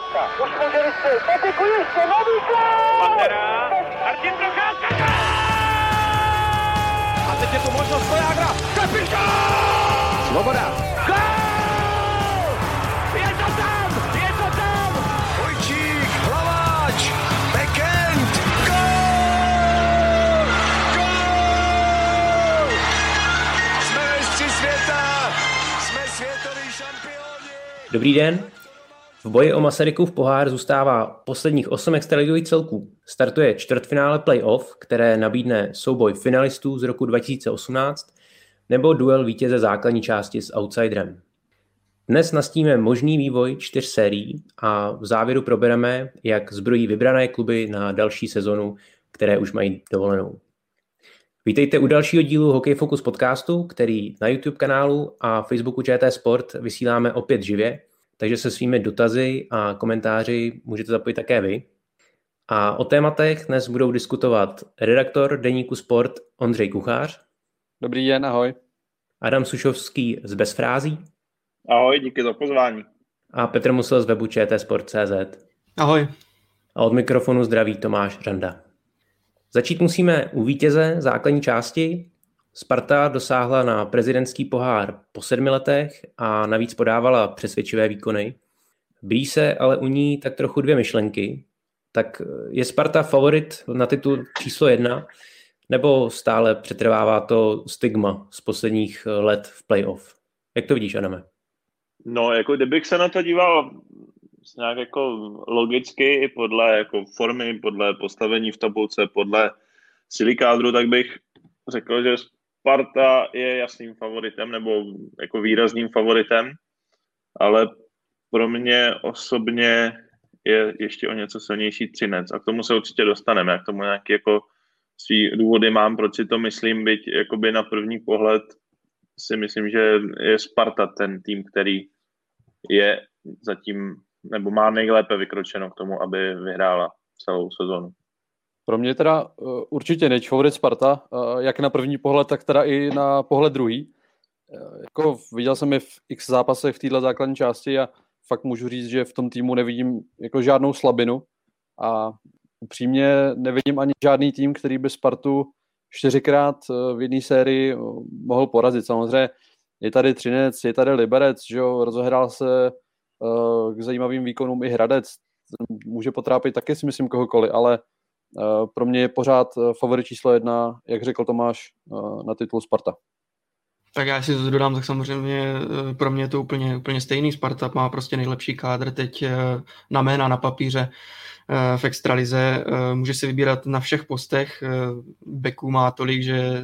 Už může vystřelit, Patiku ještě, nový gól! Pantera, Martin Procházka! A teď je tu možnost Vojágra, kapitán! Svoboda! Gól! Je to tam! Je to tam! Vojčík, Hlaváč, Bekend, gól! Gól! Jsme mistři světa! Jsme světoví šampioni! Dobrý den. V boji o Masarykův pohár zůstává posledních 8 extraligových celků. Startuje čtvrtfinále playoff, které nabídne souboj finalistů z roku 2018 nebo duel vítěze základní části s outsiderem. Dnes nastíníme možný vývoj 4 sérií a v závěru probereme, jak zbrojí vybrané kluby na další sezonu, které už mají dovolenou. Vítejte u dalšího dílu Hokej Focus podcastu, který na YouTube kanálu a Facebooku ČT Sport vysíláme opět živě, takže se svými dotazy a komentáři můžete zapojit také vy. A o tématech dnes budou diskutovat redaktor deníku Sport Ondřej Kuchař. Dobrý den, ahoj. Adam Sušovský z Bez frází. Ahoj, díky za pozvání. A Petr Musil z webu čtsport.cz. Ahoj. A od mikrofonu zdraví Tomáš Randa. Začít musíme u vítěze základní části. Sparta dosáhla na prezidentský pohár po 7 letech a navíc podávala přesvědčivé výkony. Blíží se ale u ní tak trochu 2 myšlenky. Tak je Sparta favorit na titul číslo 1, nebo stále přetrvává to stigma z posledních let v playoff? Jak to vidíš, Adame? No, jako kdybych se na to díval nějak jako logicky i podle jako formy, podle postavení v tabulce, podle síly kádru, tak bych řekl, že Sparta je jasným favoritem nebo jako výrazným favoritem, ale pro mě osobně je ještě o něco silnější Třinec a k tomu se určitě dostaneme. Já k tomu nějaký jako svý důvody mám, proč si to myslím, byť jakoby na první pohled si myslím, že je Sparta ten tým, který je zatím nebo má nejlépe vykročeno k tomu, aby vyhrála celou sezonu. Pro mě teda určitě největší favorit Sparta, jak na první pohled, tak teda i na pohled druhý. Jako viděl jsem je v x zápasech v této základní části a fakt můžu říct, že v tom týmu nevidím jako žádnou slabinu a upřímně nevidím ani žádný tým, který by Spartu 4krát v jedné sérii mohl porazit. Samozřejmě je tady Třinec, je tady Liberec, že jo, rozehrál se k zajímavým výkonům i Hradec. Může potrápit taky, si myslím, kohokoliv, ale pro mě je pořád favorit číslo 1, jak řekl Tomáš, na titul Sparta. Tak já si to dodám, tak samozřejmě pro mě je to úplně stejný. Sparta má prostě nejlepší kádr teď na jména, na papíře v extralize. Může si vybírat na všech postech. Beků má tolik,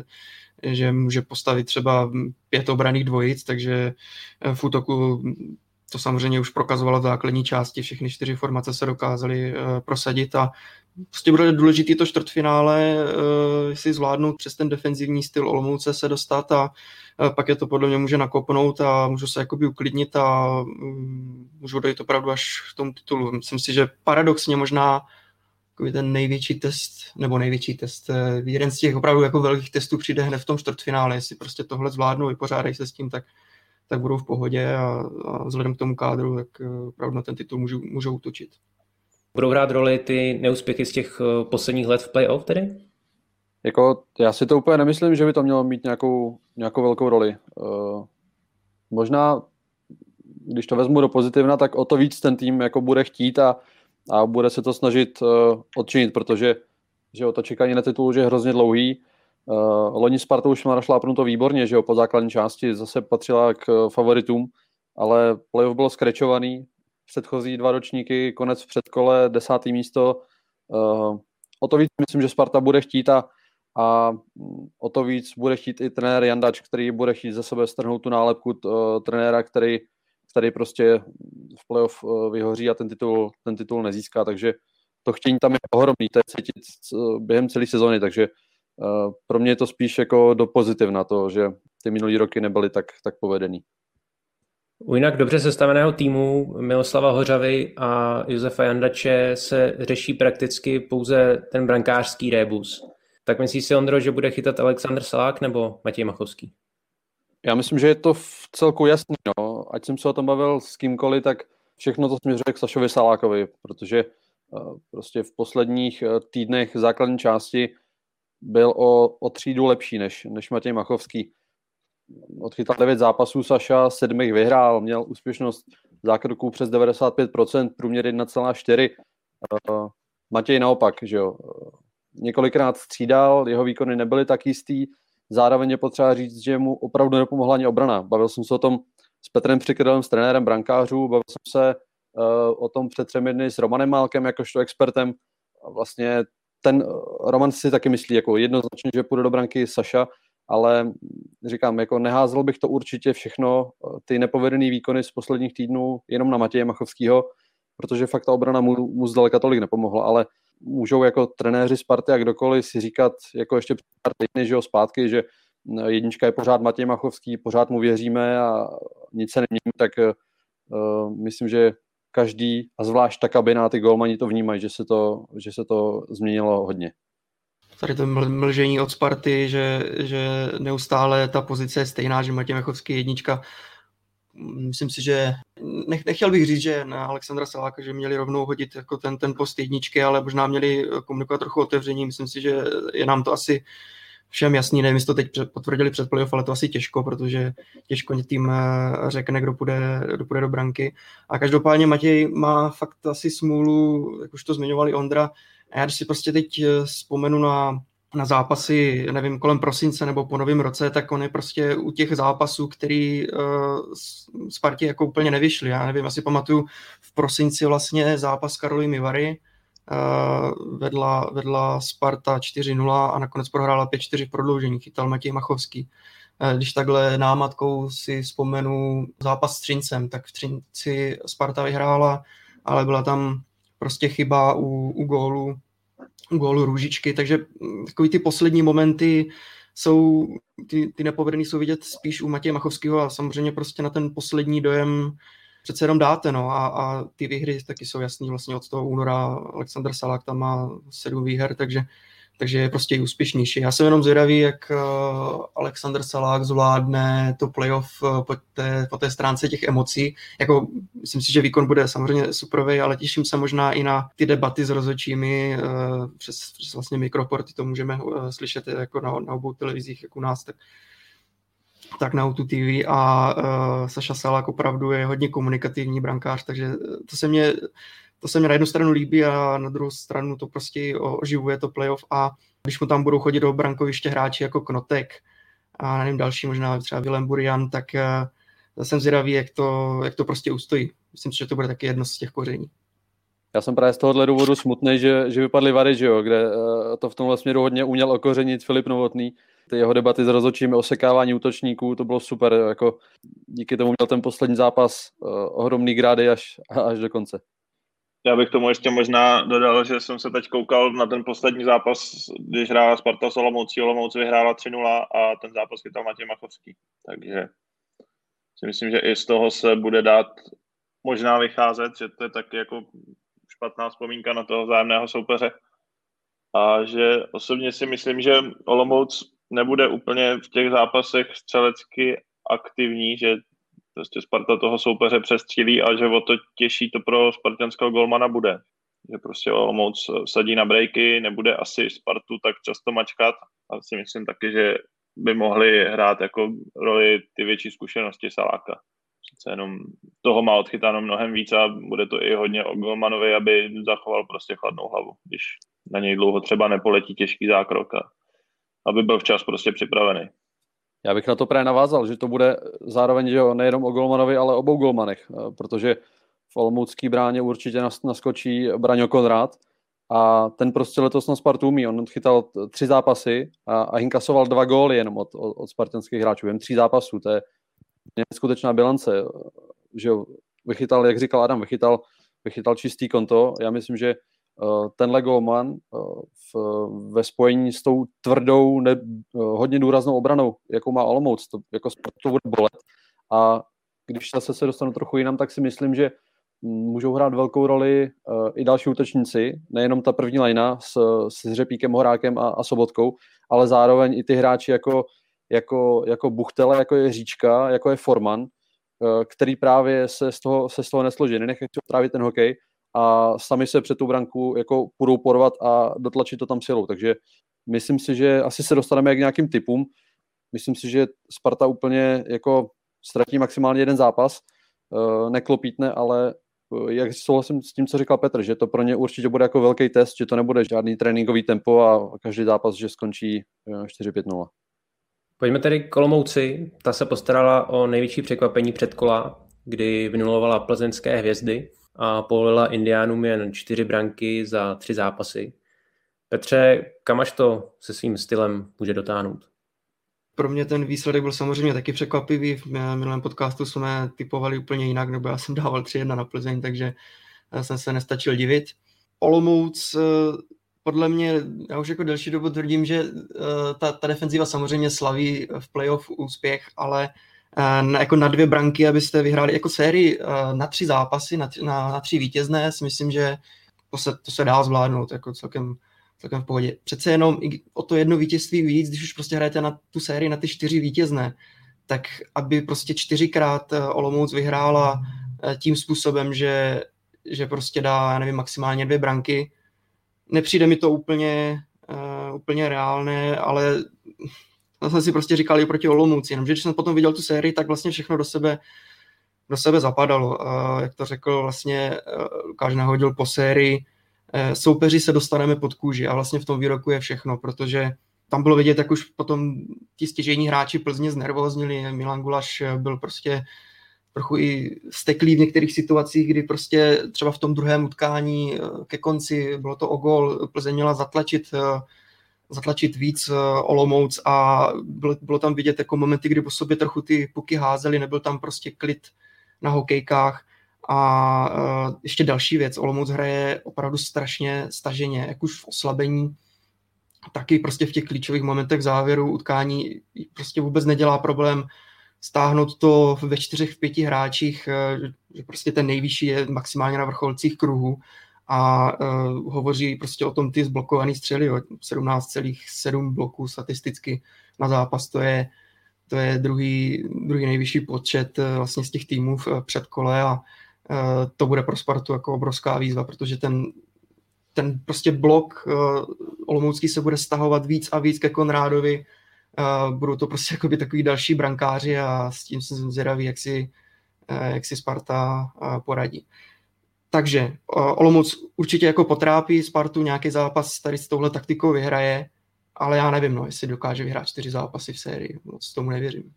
že může postavit třeba 5 obranných dvojic, takže v útoku to samozřejmě už prokazovalo v základní části, všechny 4 formace se dokázaly prosadit a prostě bude důležitý to čtvrtfinále, si zvládnout přes ten defenzivní styl Olomouce se dostat a pak je to podle mě může nakopnout a můžu se jakoby uklidnit a můžu dojít opravdu až k tomu titulu. Myslím si, že paradoxně možná ten největší test, jeden z těch opravdu jako velkých testů přijde hned v tom čtvrtfinále, jestli prostě tohle zvládnou, vypořádají se s tím, tak budou v pohodě a vzhledem k tomu kádru, tak opravdu na ten titul můžou útočit. Budou hrát roli ty neúspěchy z těch posledních let v playoff tedy? Jako, já si to úplně nemyslím, že by to mělo mít nějakou velkou roli. Možná, když to vezmu do pozitivna, tak o to víc ten tým jako bude chtít a bude se to snažit odčinit, protože že to čekání na titul už je hrozně dlouhý. Loni Sparta už má našlápnuto výborně, že jo, po základní části zase patřila k favoritům, ale playoff bylo skrečovaný, předchozí 2 ročníky, konec v předkole, 10. místo. O to víc myslím, že Sparta bude chtít a o to víc bude chtít i trenér Jandač, který bude chtít ze sebe strhnout tu nálepku trenéra, který prostě v playoff vyhoří a ten titul nezíská, takže to chtění tam je ohromný, to je cítit během celé sezony, takže pro mě je to spíš jako do pozitivna to, že ty minulý roky nebyly tak povedený. U jinak dobře sestaveného týmu Miloslava Hořavy a Josefa Jandače se řeší prakticky pouze ten brankářský rébus. Tak myslíš si, Ondro, že bude chytat Alexandr Salák nebo Matěj Machovský? Já myslím, že je to v celku jasný. No. Ať jsem se o tom bavil s kýmkoliv, tak všechno to směřuje k Sašovi Salákovi, protože prostě v posledních týdnech základní části byl o třídu lepší než Matěj Machovský. Odchytal 9 zápasů Saša, 7 vyhrál, měl úspěšnost zákroků přes 95%, průměr 1,4. Matěj naopak, že jo. Několikrát střídal, jeho výkony nebyly tak jistý, zároveň je potřeba říct, že mu opravdu nepomohla ani obrana. Bavil jsem se o tom s Petrem Přikrylem, s trenérem brankářů, bavil jsem se o tom před 3 dny s Romanem Málkem, jakožto expertem. A vlastně ten Roman si taky myslí jako jednoznačně, že půjde do branky Saša, ale říkám, jako neházel bych to určitě všechno, ty nepovedený výkony z posledních týdnů jenom na Matěje Machovskýho, protože fakt ta obrana mu zdaleka tolik nepomohla, ale můžou jako trenéři Sparty a kdokoliv si říkat jako ještě před pár týdny, že jo, zpátky, že jednička je pořád Matěj Machovský, pořád mu věříme a nic se nemění, tak myslím, že každý, a zvlášť ta kabina, ty golmani to vnímají, že se to změnilo hodně. Tady to mlžení od Sparty, že neustále ta pozice je stejná, že Matěj Machovský je jednička. Myslím si, že nechtěl bych říct, že na Alexandra Saláka, že měli rovnou hodit jako ten post jedničky, ale možná měli komunikovat trochu otevření. Myslím si, že je nám to asi všem jasný, nevím, jestli to teď potvrdili před playoff, ale to asi těžko, protože těžko tým řekne, kdo půjde do branky. A každopádně Matěj má fakt asi smůlu, jak už to zmiňovali Ondra. A já když si prostě teď vzpomenu na zápasy, nevím, kolem prosince nebo po novém roce, tak on je prostě u těch zápasů, který Spartě jako úplně nevyšly. Já nevím, asi pamatuju v prosinci vlastně zápas Karolíny Vary, vedla Sparta 4-0 a nakonec prohrála 5-4 v prodloužení, chytal Matěj Machovský. Když takhle námatkou si vzpomenu zápas s Třincem, tak v Třinci Sparta vyhrála, ale byla tam prostě chyba u gólu Růžičky, takže takový ty poslední momenty jsou, ty nepovedený jsou vidět spíš u Matěje Machovského a samozřejmě prostě na ten poslední dojem přece jenom dáte, no, a ty výhry taky jsou jasný vlastně od toho února. Alexander Salák tam má 7 výher, takže je prostě i úspěšnější. Já jsem jenom zvědavý, jak Alexander Salák zvládne to playoff po té stránce těch emocí. Jako, myslím si, že výkon bude samozřejmě superový, ale těším se možná i na ty debaty s rozhodčími přes vlastně mikroporty, to můžeme slyšet jako na obou televizích, jak u nás, tak na O2 TV a Saša Salák opravdu je hodně komunikativní brankář, takže to se mě na jednu stranu líbí a na druhou stranu to prostě oživuje to playoff a když mu tam budou chodit do brankoviště hráči jako Knotek a nevím další, možná třeba Vilém Burian, tak jsem zvědavý, jak to prostě ustojí. Myslím si, že to bude taky jedno z těch koření. Já jsem právě z tohohle důvodu smutný, že vypadly Vary, že jo, kde to v tomhle směru hodně uměl okořenit Filip Novotný. Ty jeho debaty s rozhodčími, osekávání útočníků, to bylo super, jako díky tomu měl ten poslední zápas ohromný grády až do konce. Já bych tomu ještě možná dodal, že jsem se teď koukal na ten poslední zápas, když hrála Sparta s Olomoucí. Olomouc vyhrála 3-0 a ten zápas chytal Matěj Machovský. Takže si myslím, že i z toho se bude dát možná vycházet, že to je taky jako špatná vzpomínka na toho vzájemného soupeře. A že osobně si myslím, že Olomouc nebude úplně v těch zápasech střelecky aktivní, že prostě Sparta toho soupeře přestřílí a že o to těžší to pro spartanského golmana bude. Že prostě Olomouc sadí na breaky, nebude asi Spartu tak často mačkat a si myslím taky, že by mohli hrát jako roli ty větší zkušenosti Saláka. Přece jenom toho má odchytáno mnohem víc a bude to i hodně o golmanovi, aby zachoval prostě chladnou hlavu, když na něj dlouho třeba nepoletí těžký zákrok a aby byl včas prostě připravený. Já bych na to právě navázal, že to bude zároveň, že jo, nejenom o golmanovi, ale obou golmanech, protože v olomoucký bráně určitě naskočí Braňo Konrád a ten prostě letos na Spartu umí. On chytal 3 zápasy a inkasoval 2 góly jenom od spartanských hráčů. Jen 3 zápasů, to je neskutečná bilance. Že jo, vychytal, jak říkal Adam, vychytal čistý konto. Já myslím, že tenhle golman ve spojení s tou tvrdou, hodně důraznou obranou, jakou má Olomouc, to jako to bude bolet. A když zase se dostanu trochu jinam, tak si myslím, že můžou hrát velkou roli i další útočníci, nejenom ta první lajna s Řepíkem, Horákem a Sobotkou, ale zároveň i ty hráči jako Buchtele, jako je Říčka, jako je Forman, který právě se z toho nesloží, nenechají trávit ten hokej a sami se před tu branku jako půjdou porvat a dotlačit to tam silou. Takže myslím si, že asi se dostaneme k nějakým typům. Myslím si, že Sparta úplně jako ztratí maximálně jeden zápas, neklopítne, ale jak souhlasím s tím, co říkal Petr, že to pro ně určitě bude jako velký test, že to nebude žádný tréninkový tempo a každý zápas, že skončí 4-5-0. Pojďme tedy k Olomouci. Ta se postarala o největší překvapení předkola, kdy vynulovala plzeňské Hvězdy a povolila Indiánům jen 4 branky za 3 zápasy. Petře, kam až to se svým stylem může dotáhnout? Pro mě ten výsledek byl samozřejmě taky překvapivý. V minulém podcastu jsme typovali úplně jinak, nebo já jsem dával 3-1 na Plzeň, takže jsem se nestačil divit. Olomouc, podle mě, já už jako delší dobu tvrdím, že ta defenziva samozřejmě slaví v playoff úspěch, ale jako na 2 branky, abyste vyhráli jako sérii na 3 zápasy, na 3 vítězné, si myslím, že to se dá zvládnout jako celkem v pohodě. Přece jenom o to jedno vítězství víc, když už prostě hrajete na tu sérii na ty 4 vítězné, tak aby prostě 4krát Olomouc vyhrála tím způsobem, že prostě dá, já nevím, maximálně 2 branky. Nepřijde mi to úplně reálné, ale to jsem si prostě říkal i proti Olomouci, jenomže když jsem potom viděl tu sérii, tak vlastně všechno do sebe zapadalo. Jak to řekl vlastně Lukáš Nahodil po sérii, soupeři se dostaneme pod kůži a vlastně v tom výroku je všechno, protože tam bylo vidět, jak už potom ti stěžejní hráči Plzně znervóznili. Milan Gulaš byl prostě trochu i steklý v některých situacích, kdy prostě třeba v tom druhém utkání ke konci bylo to o gól, Plzeň měla zatlačit víc Olomouc a bylo tam vidět jako momenty, kdy po sobě trochu ty puky házely, nebyl tam prostě klid na hokejkách. A ještě další věc, Olomouc hraje opravdu strašně staženě, jak už v oslabení, taky prostě v těch klíčových momentech závěru utkání prostě vůbec nedělá problém stáhnout to ve 4-5 hráčích, že prostě ten nejvyšší je maximálně na vrcholcích kruhu a hovoří prostě o tom ty zblokovaný střely, 17,7 bloků statisticky na zápas, to je druhý nejvyšší počet vlastně z těch týmů v předkole a to bude pro Spartu jako obrovská výzva, protože ten prostě blok olomoucký se bude stahovat víc a víc ke Konrádovi. Budou to prostě jakoby takový další brankáři a s tím jsem zvědavý, jak si Sparta poradí. Takže Olomouc určitě jako potrápí Spartu, nějaký zápas tady s touhle taktikou vyhraje, ale já nevím, jestli dokáže vyhrát 4 zápasy v sérii, moc tomu nevěřím.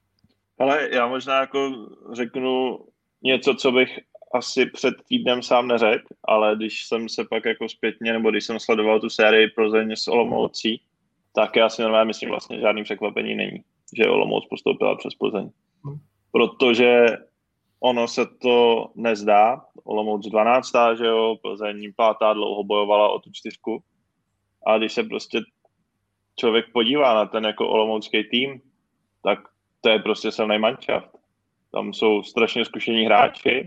Ale já možná jako řeknu něco, co bych asi před týdnem sám neřekl, ale když jsem se pak jako zpětně, nebo když jsem sledoval tu sérii Plzeň s Olomoucí, tak já si normálně myslím, vlastně žádný překvapení není, že Olomouc postoupila přes Plzeň. Protože ono se to nezdá. Olomouc 12. že jo, Plzeň 5. dlouho bojovala o tu 4. A když se prostě člověk podívá na ten jako olomoucký tým, tak to je prostě silný manšaft. Tam jsou strašně zkušení hráči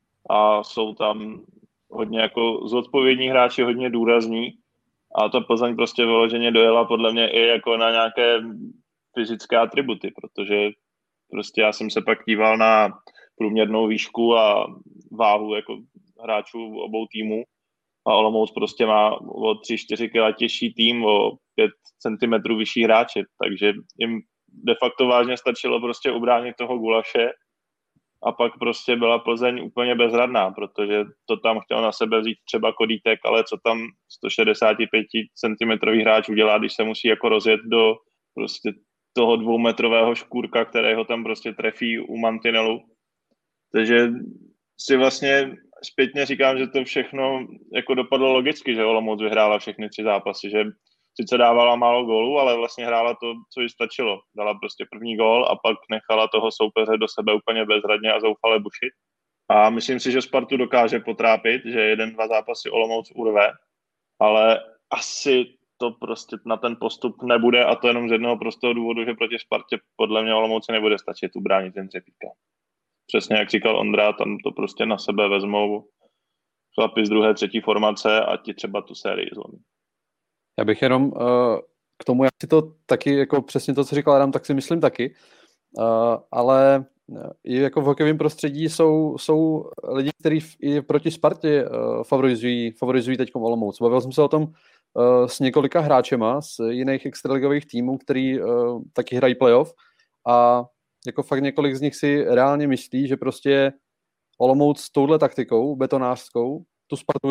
a jsou tam hodně jako zodpovědní hráči, hodně důrazní a ta Plzeň prostě vyloženě dojela podle mě i jako na nějaké fyzické atributy, protože prostě já jsem se pak díval na průměrnou výšku a váhu jako hráčů obou týmů a Olomouc prostě má o 3-4 kg těžší tým, o 5 cm vyšší hráče, takže jim de facto vážně stačilo prostě ubránit toho Gulaše a pak prostě byla Plzeň úplně bezradná, protože to tam chtěl na sebe vzít třeba Kodítek, ale co tam 165 cm hráč udělá, když se musí jako rozjet do prostě toho 2metrového škůrka, kterého tam prostě trefí u mantinelu. Takže si vlastně zpětně říkám, že to všechno jako dopadlo logicky, že Olomouc vyhrála všechny 3 zápasy, že sice dávala málo gólů, ale vlastně hrála to, co jí stačilo. Dala prostě první gól a pak nechala toho soupeře do sebe úplně bezradně a zoufale bušit. A myslím si, že Spartu dokáže potrápit, že 1-2 zápasy Olomouc urve, ale asi to prostě na ten postup nebude a to jenom z jednoho prostého důvodu, že proti Spartě podle mě Olomouci nebude stačit ubránit ten Řepíka. Přesně jak říkal Ondra, tam to prostě na sebe vezmou chlapi z 2., 3. formace a ti třeba tu sérii zlomí. Já bych jenom k tomu, já si to taky, jako přesně to, co říkal Adam, tak si myslím taky, ale i jako v hokejovém prostředí jsou lidi, kteří i proti Spartě favorizují teď Olomouc. Bavil jsem se o tom s několika hráčema z jiných extraligových týmů, který taky hrají playoff a jako fakt několik z nich si reálně myslí, že prostě Olomouc s touhle taktikou betonářskou tu Spartu,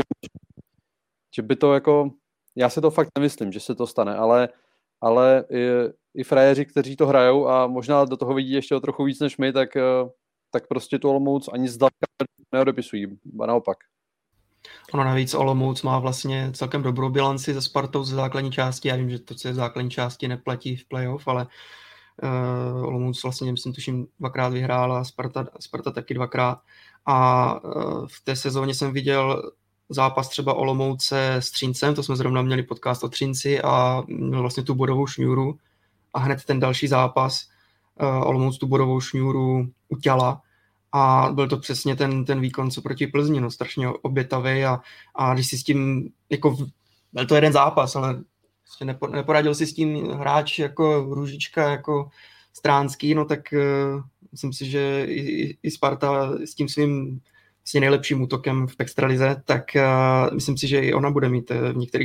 že by to jako, já si to fakt nemyslím, že se to stane, ale i frajeři, kteří to hrajou a možná do toho vidí ještě o trochu víc než my, tak prostě tu Olomouc ani zdaleka neodepisují, a naopak. Ono navíc Olomouc má vlastně celkem dobrou bilanci se Spartou ze základní části. Já vím, že to, co je v základní části, neplatí v playoff, ale Olomouc vlastně, myslím, tuším, 2krát vyhrála, Sparta taky 2krát. A v té sezóně jsem viděl zápas třeba Olomouce s Třincem, to jsme zrovna měli podcast o Třinci a měl vlastně tu bodovou šňůru a hned ten další zápas Olomouc tu bodovou šňůru utěla a byl to přesně ten výkon, co proti Plzni, no, strašně obětavý a když si s tím, jako byl to jeden zápas, ale neporadil si s tím hráč jako Růžička, jako Stránský, no tak myslím si, že i Sparta s tím svým vlastně nejlepším útokem v extralize, tak myslím si, že i ona bude mít v některých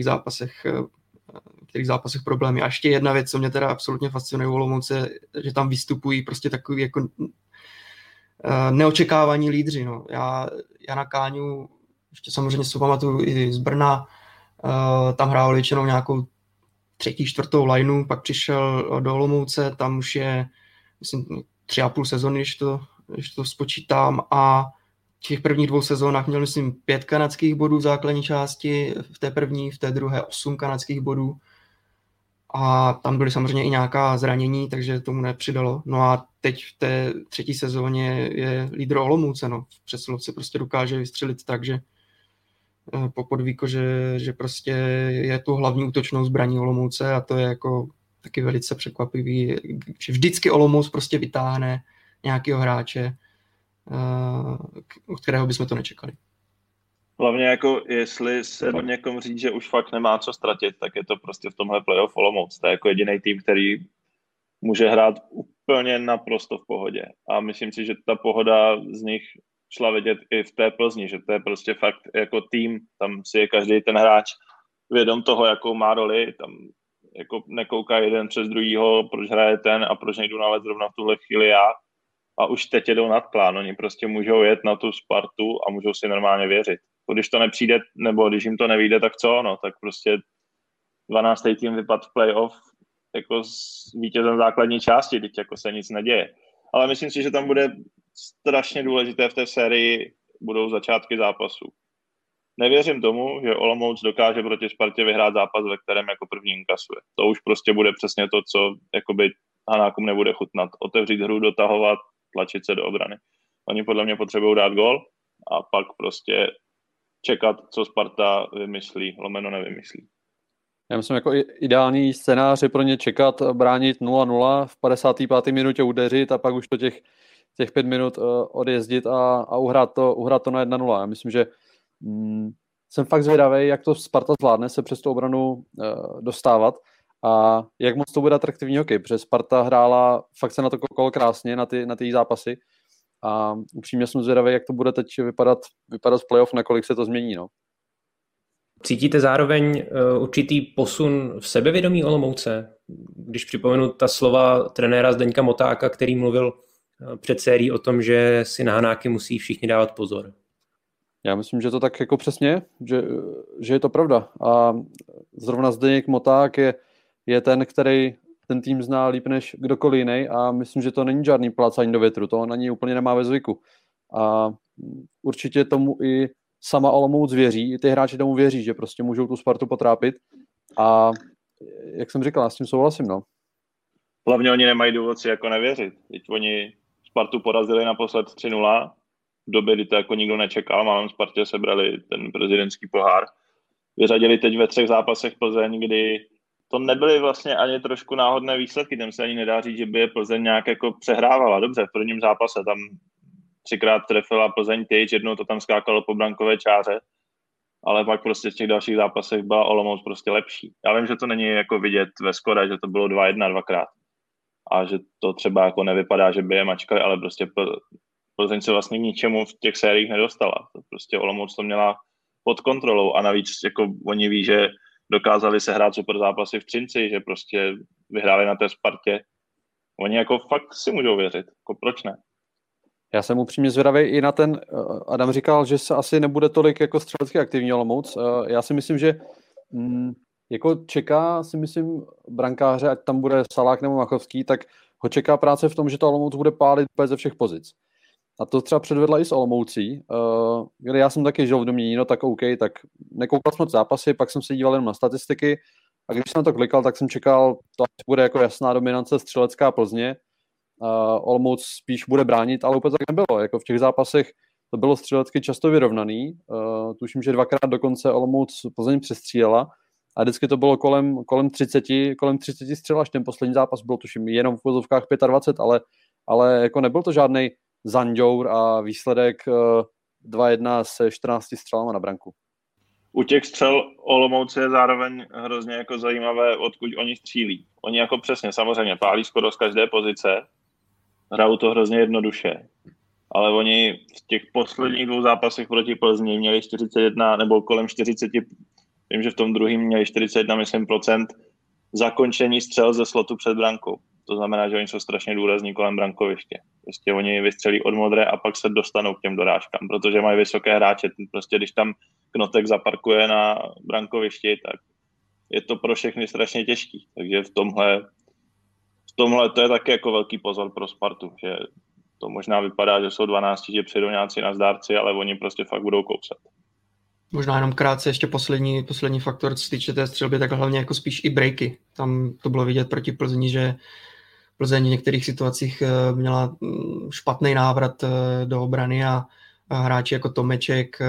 zápasech problémy. A ještě jedna věc, co mě teda absolutně fascinuje u Olomouce, že tam vystupují prostě takový jako neočekávaní lídři. No. Já na Káňu, ještě samozřejmě si pamatuju i z Brna, tam hrál většinou nějakou 3., 4. lineu, pak přišel do Olomouce, tam už je, myslím, 3,5 sezony, když to spočítám, a v těch prvních 2 sezónách měl, myslím, 5 kanadských bodů v základní části, v té první, v té druhé 8 kanadských bodů. A tam byly samozřejmě i nějaká zranění, takže tomu nepřidalo. No a teď v té 3. sezóně je lídr Olomouce. No. V přesilovce prostě dokáže vystřelit tak, že po podvíko, že prostě je tu hlavní útočnou zbraní Olomouce a to je jako taky velice překvapivý, že vždycky Olomouc prostě vytáhne nějakého hráče, od kterého bychom to nečekali. Hlavně jako jestli se do někom říct, že už fakt nemá co ztratit, tak je to prostě v tomhle playoff Olomouc. To je jako jediný tým, který může hrát úplně naprosto v pohodě. A myslím si, že ta pohoda z nich šla vidět i v té Plzni, že to je prostě fakt jako tým, tam si je každý ten hráč vědom toho, jakou má roli, tam jako nekouká jeden přes druhýho, proč hraje ten a proč nejdu na led zrovna v tuhle chvíli já. A už teď jedou nad plán, oni prostě můžou jet na tu Spartu a můžou si normálně věřit. Když to nepřijde, nebo když jim to nevyjde, tak co? No, tak prostě 12. tým vypadl v playoff jako s vítězem základní části, teď jako se nic neděje. Ale myslím si, že tam bude strašně důležité v té sérii budou začátky zápasu. Nevěřím tomu, že Olomouc dokáže proti Spartě vyhrát zápas, ve kterém jako první inkasuje. To už prostě bude přesně to, co jakoby Hanákům nebude chutnat. Otevřít hru, dotahovat, tlačit se do obrany. Oni podle mě potřebují dát gól a pak prostě čekat, co Sparta vymyslí, lomeno nevymyslí. Já myslím, jako ideální scénář je pro ně čekat, bránit 0-0, v 55. minutě udeřit a pak už to těch 5 minut odjezdit a uhrát to na 1-0. Já myslím, že jsem fakt zvědavý, jak to Sparta zvládne se přes tu obranu dostávat a jak moc to bude atraktivní hokej, protože Sparta hrála, fakt se na to koukalo krásně, na ty zápasy a upřímně jsem zvědavý, jak to bude teď vypadat v playoff, nakolik se to změní. No. Cítíte zároveň určitý posun v sebevědomí Olomouce? Když připomenu ta slova trenéra Zdeňka Motáka, který mluvil před sérií o tom, že si na Hanáky musí všichni dávat pozor. Já myslím, že to tak jako přesně, že je to pravda. A zrovna Zdeněk Moták je ten, který ten tým zná líp než kdokoliv jiný a myslím, že to není žádný plácání do větru, to na ní úplně nemá ve zvyku. A určitě tomu i sama Olomouc věří, i ty hráči tomu věří, že prostě můžou tu Spartu potrápit a jak jsem říkal, já s tím souhlasím, no. Hlavně oni nemají důvod si jako nevěřit. Teď oni Spartu porazili naposled 3-0, v době, kdy to jako nikdo nečekal, málem Spartě sebrali ten prezidentský pohár. Vyřadili teď ve 3 zápasech Plzeň, kdy to nebyly vlastně ani trošku náhodné výsledky, tam se ani nedá říct, že by je Plzeň nějak jako přehrávala. Dobře, v prvním zápase tam 3krát trefila Plzeň tyč, jednou to tam skákalo po brankové čáře, ale pak prostě v těch dalších zápasech byla Olomouc prostě lepší. Já vím, že to není jako vidět ve skore, že to bylo 2-1 2krát, a že to třeba jako nevypadá, že by je mačkali, ale prostě Plzeň se vlastně k ničemu v těch sériích nedostala. To prostě Olomouc to měla pod kontrolou a navíc jako oni ví, že dokázali se hrát super zápasy v Třinci, že prostě vyhráli na té Spartě. Oni jako fakt si můžou věřit, jako proč ne? Já jsem upřímně zvědavý i na ten, Adam říkal, že se asi nebude tolik jako střelecky aktivní Olomouc. Já si myslím, že jako čeká, si myslím, brankáře, ať tam bude Salák nebo Machovský, tak ho čeká práce v tom, že to Olomouc bude pálit ze všech pozic. A to třeba předvedla i s Olomoucí, kde já jsem taky žil v domění, no tak OK, tak nekoukal jsem moc zápasy, pak jsem se díval jenom na statistiky a když jsem na to klikal, tak jsem čekal, to bude jako jasná dominance střelecká Plzně, Olomouc spíš bude bránit, ale úplně tak nebylo. Jako v těch zápasech to bylo střelecky často vyrovnaný. Tuším, že 2krát dokonce Olomouc Plzeň přestřílela a vždycky to bylo kolem 30 střel, až ten poslední zápas byl tuším jenom v vozovkách 25, ale jako nebyl to žádnej zanďour a výsledek 2-1 se 14 střelama na branku. U těch střel Olomouce je zároveň hrozně jako zajímavé, odkud oni střílí. Oni jako přesně, samozřejmě pálí skoro z každé pozice, hrajou to hrozně jednoduše, ale oni v těch posledních 2 zápasech proti Plzni měli 41 nebo kolem 40, vím, že v tom druhém měli 41, myslím, procent zakončení střel ze slotu před brankou. To znamená, že oni jsou strašně důrazní kolem brankoviště. Prostě oni vystřelí od modré a pak se dostanou k těm dorážkám, protože mají vysoké hráče. Prostě když tam Knotek zaparkuje na brankovišti, tak je to pro všechny strašně těžký. Takže v tomhle to je taky jako velký pozor pro Spartu, že to možná vypadá, že jsou 12, že přijdou nějací nazdárci, ale oni prostě fakt budou kousat. Možná jenom krátce ještě poslední faktor, co se týče té střelby, tak hlavně jako spíš i breaky. Tam to bylo vidět proti Plzni, že Plzeň v některých situacích měla špatný návrat do obrany a hráči jako Tomeček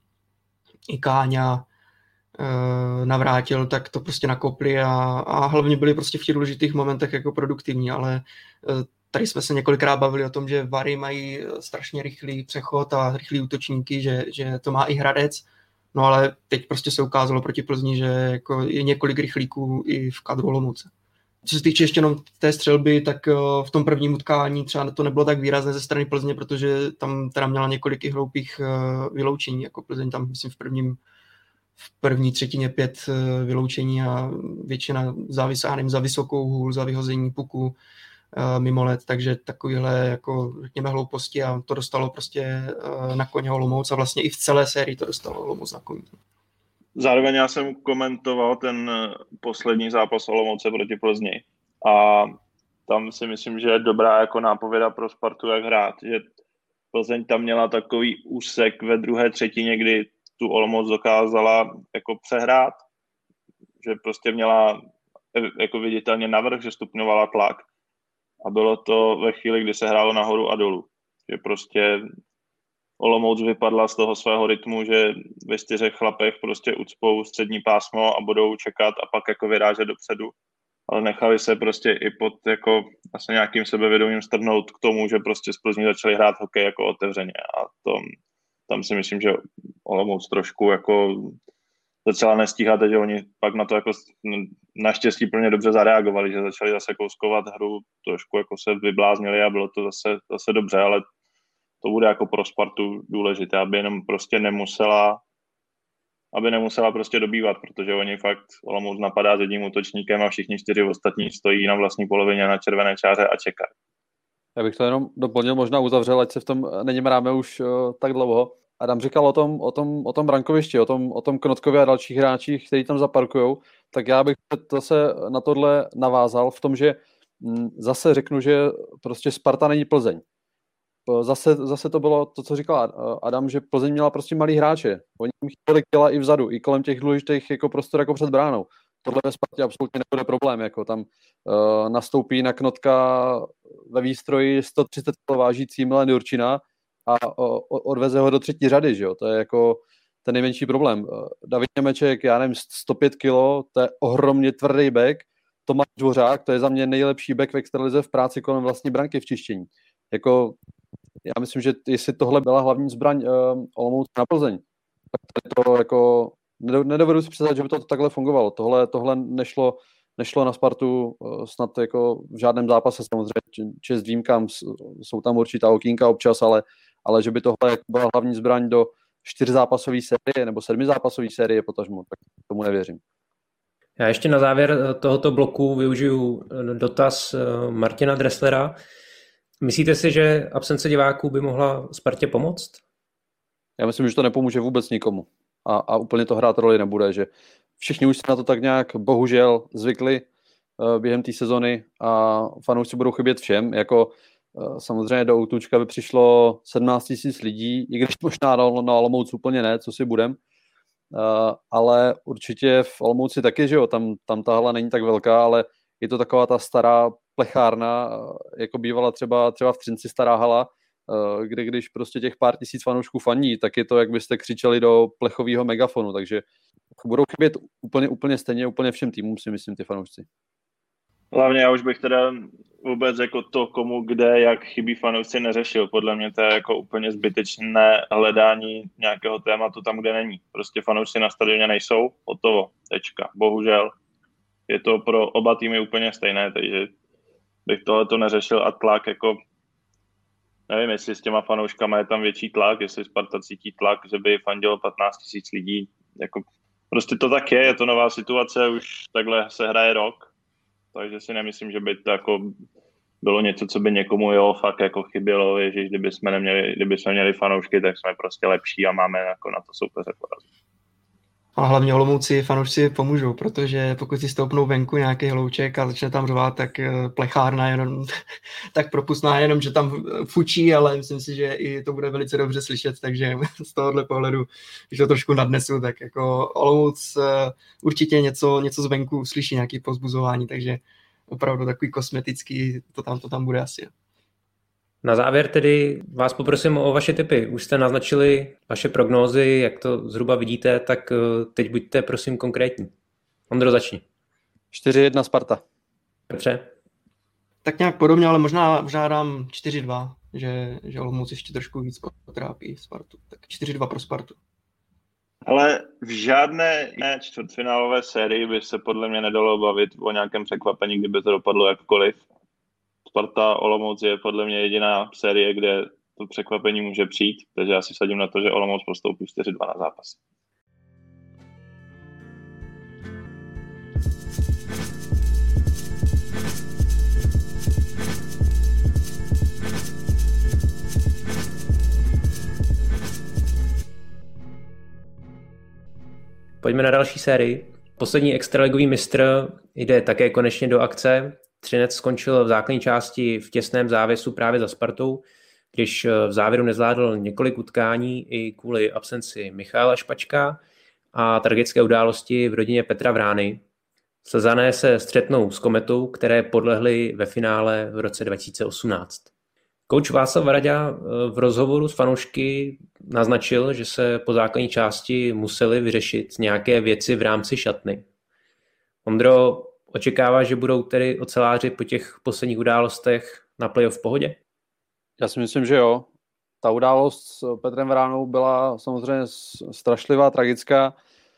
i Káňa Navrátil, tak to prostě nakopli a hlavně byli prostě v těch důležitých momentech jako produktivní, ale tady jsme se několikrát bavili o tom, že Vary mají strašně rychlý přechod a rychlý útočníky, že to má i Hradec, no ale teď prostě se ukázalo proti Plzni, že jako je několik rychlíků i v kadru Olomouce. Co se týče ještě jenom té střelby, tak v tom prvním utkání třeba to nebylo tak výrazné ze strany Plzně, protože tam teda měla několik i hloupých vyloučení, jako Plzeň tam myslím v první třetině 5 vyloučení a většina závislá za vysokou hůl, za vyhození puku mimo led, takže takovýhle jako řekněme hlouposti a to dostalo prostě na koně Olomouc a vlastně i v celé sérii to dostalo Olomouc na koně. Zároveň já jsem komentoval ten poslední zápas Olomouce proti Plzni a tam si myslím, že je dobrá jako nápověda pro Spartu, jak hrát. Že Plzeň tam měla takový úsek ve druhé třetině, kdy tu Olomouc dokázala jako přehrát, že prostě měla jako viditelně navrch, že stupňovala tlak a bylo to ve chvíli, kdy se hrálo nahoru a dolů. Že prostě Olomouc vypadla z toho svého rytmu, že ve 4 chlapech prostě ucpou střední pásmo a budou čekat a pak jako vyrážet dopředu. Ale nechali se prostě i pod jako vlastně nějakým sebevědomím strhnout k tomu, že prostě z Plzní začali hrát hokej jako otevřeně a tam si myslím, že Olomouc trošku jako začala nestíhat, že oni pak na to jako naštěstí plně dobře zareagovali, že začali zase kouskovat hru, trošku jako se vybláznili a bylo to zase dobře, ale to bude jako pro Spartu důležité, aby jenom prostě nemusela prostě dobývat, protože oni fakt Olomouc napadá s jedním útočníkem a všichni 4 ostatní stojí na vlastní polovině na červené čáře a čekají. Já bych to jenom doplnil, možná uzavřel, ať se v tom nenímráme už tak dlouho. Adam říkal o tom brankovišti, o tom Knotkovi a dalších hráčích, kteří tam zaparkujou, tak já bych zase na tohle navázal v tom, že zase řeknu, že prostě Sparta není Plzeň. Zase to bylo to, co říkal Adam, že Plzeň měla prostě malý hráče. Oni chtěli těla i vzadu, i kolem těch důležitých jako prostor jako před bránou. Tohle ve Spartě absolutně nebude problém. Jako tam nastoupí na Knotka ve výstroji 130 kg vážící Milan Jurčina a odveze ho do 3. řady. Že jo? To je jako ten nejmenší problém. David Němeček, já nevím, 105 kg, to je ohromně tvrdý back. Tomáš Dvořák, to je za mě nejlepší back v extralize v práci kolem vlastní branky v čištění. Jako, já myslím, že jestli tohle byla hlavní zbraň Olomouce na Plzeň, tak to jako nedovedu si představit, že by to takhle fungovalo. Tohle nešlo nešlo na Spartu snad jako v žádném zápase, samozřejmě čest výjimkám, jsou tam určitá okýnka občas, ale že by tohle byla hlavní zbraň do 4zápasové série nebo 7zápasové série potažmo, tak tomu nevěřím. Já ještě na závěr tohoto bloku využiju dotaz Martina Dresslera. Myslíte si, že absence diváků by mohla Spartě pomoct? Já myslím, že to nepomůže vůbec nikomu. A úplně to hrát roli nebude, že všichni už se na to tak nějak bohužel zvykli během té sezony a fanoušci budou chybět všem. Jako samozřejmě do Outučka by přišlo 17 000 lidí, i když možná na Olomouc úplně ne, co si budem. Ale určitě v Olomouci taky, že jo, tam ta hala není tak velká, ale je to taková ta stará plechárna, jako bývala třeba v Třinci stará hala, kde když prostě těch pár tisíc fanoušků faní, tak je to, jak byste křičeli do plechového megafonu, takže budou chybět úplně stejně, úplně všem týmům, si myslím, ty fanoušci. Hlavně já už bych teda vůbec jako to, komu, kde, jak chybí fanoušci, neřešil. Podle mě to je jako úplně zbytečné hledání nějakého tématu tam, kde není. Prostě fanoušci na stadioně nejsou, hotovo, tečka. Bohužel je to pro oba týmy úplně stejné, takže bych tohleto neřešil a tlak jako nevím, jestli s těma fanouškama je tam větší tlak, jestli Sparta cítí tlak, že by fandilo 15 000 lidí. Jako, prostě to tak je to nová situace, už takhle se hraje rok, takže si nemyslím, že by to jako bylo něco, co by někomu fakt jako chybělo, ježiš, kdyby jsme měli fanoušky, tak jsme prostě lepší a máme jako na to soupeře porazit. A hlavně Olomouci fanoušci pomůžou, protože pokud si stoupnou venku nějaký hlouček a začne tam řvát, tak plechárna jenom tak propustná, jenom že tam fučí, ale myslím si, že i to bude velice dobře slyšet, takže z tohohle pohledu, když to trošku nadnesu, tak jako Olomouc určitě něco zvenku slyší, nějaký povzbuzování, takže opravdu takový kosmetický, to tam bude asi. Na závěr tedy vás poprosím o vaše tipy. Už jste naznačili vaše prognózy, jak to zhruba vidíte, tak teď buďte prosím konkrétní. Ondro, začni. 4-1 Sparta. Petře? Tak nějak podobně, ale možná dám 4-2, že Olomouc ještě trošku víc potrápí Spartu. Tak 4-2 pro Spartu. Ale v žádné čtvrtfinálové sérii by se podle mě nedalo bavit o nějakém překvapení, kdyby to dopadlo jakkoliv. Sparta Olomouc je podle mě jediná série, kde to překvapení může přijít, takže já si sadím na to, že Olomouc postoupí 4-2 na zápas. Pojďme na další sérii. Poslední extraligový mistr jde také konečně do akce. Třinec skončil v základní části v těsném závěsu právě za Spartou, když v závěru nezvládl několik utkání i kvůli absenci Michaela Špačka a tragické události v rodině Petra Vrány. Slzané se střetnou s Kometou, které podlehly ve finále v roce 2018. Kouč Václav Varaďa v rozhovoru s fanoušky naznačil, že se po základní části museli vyřešit nějaké věci v rámci šatny. Ondro, očekává, že budou tedy oceláři po těch posledních událostech na playoff v pohodě? Já si myslím, že jo. Ta událost s Petrem Vránou byla samozřejmě strašlivá, tragická,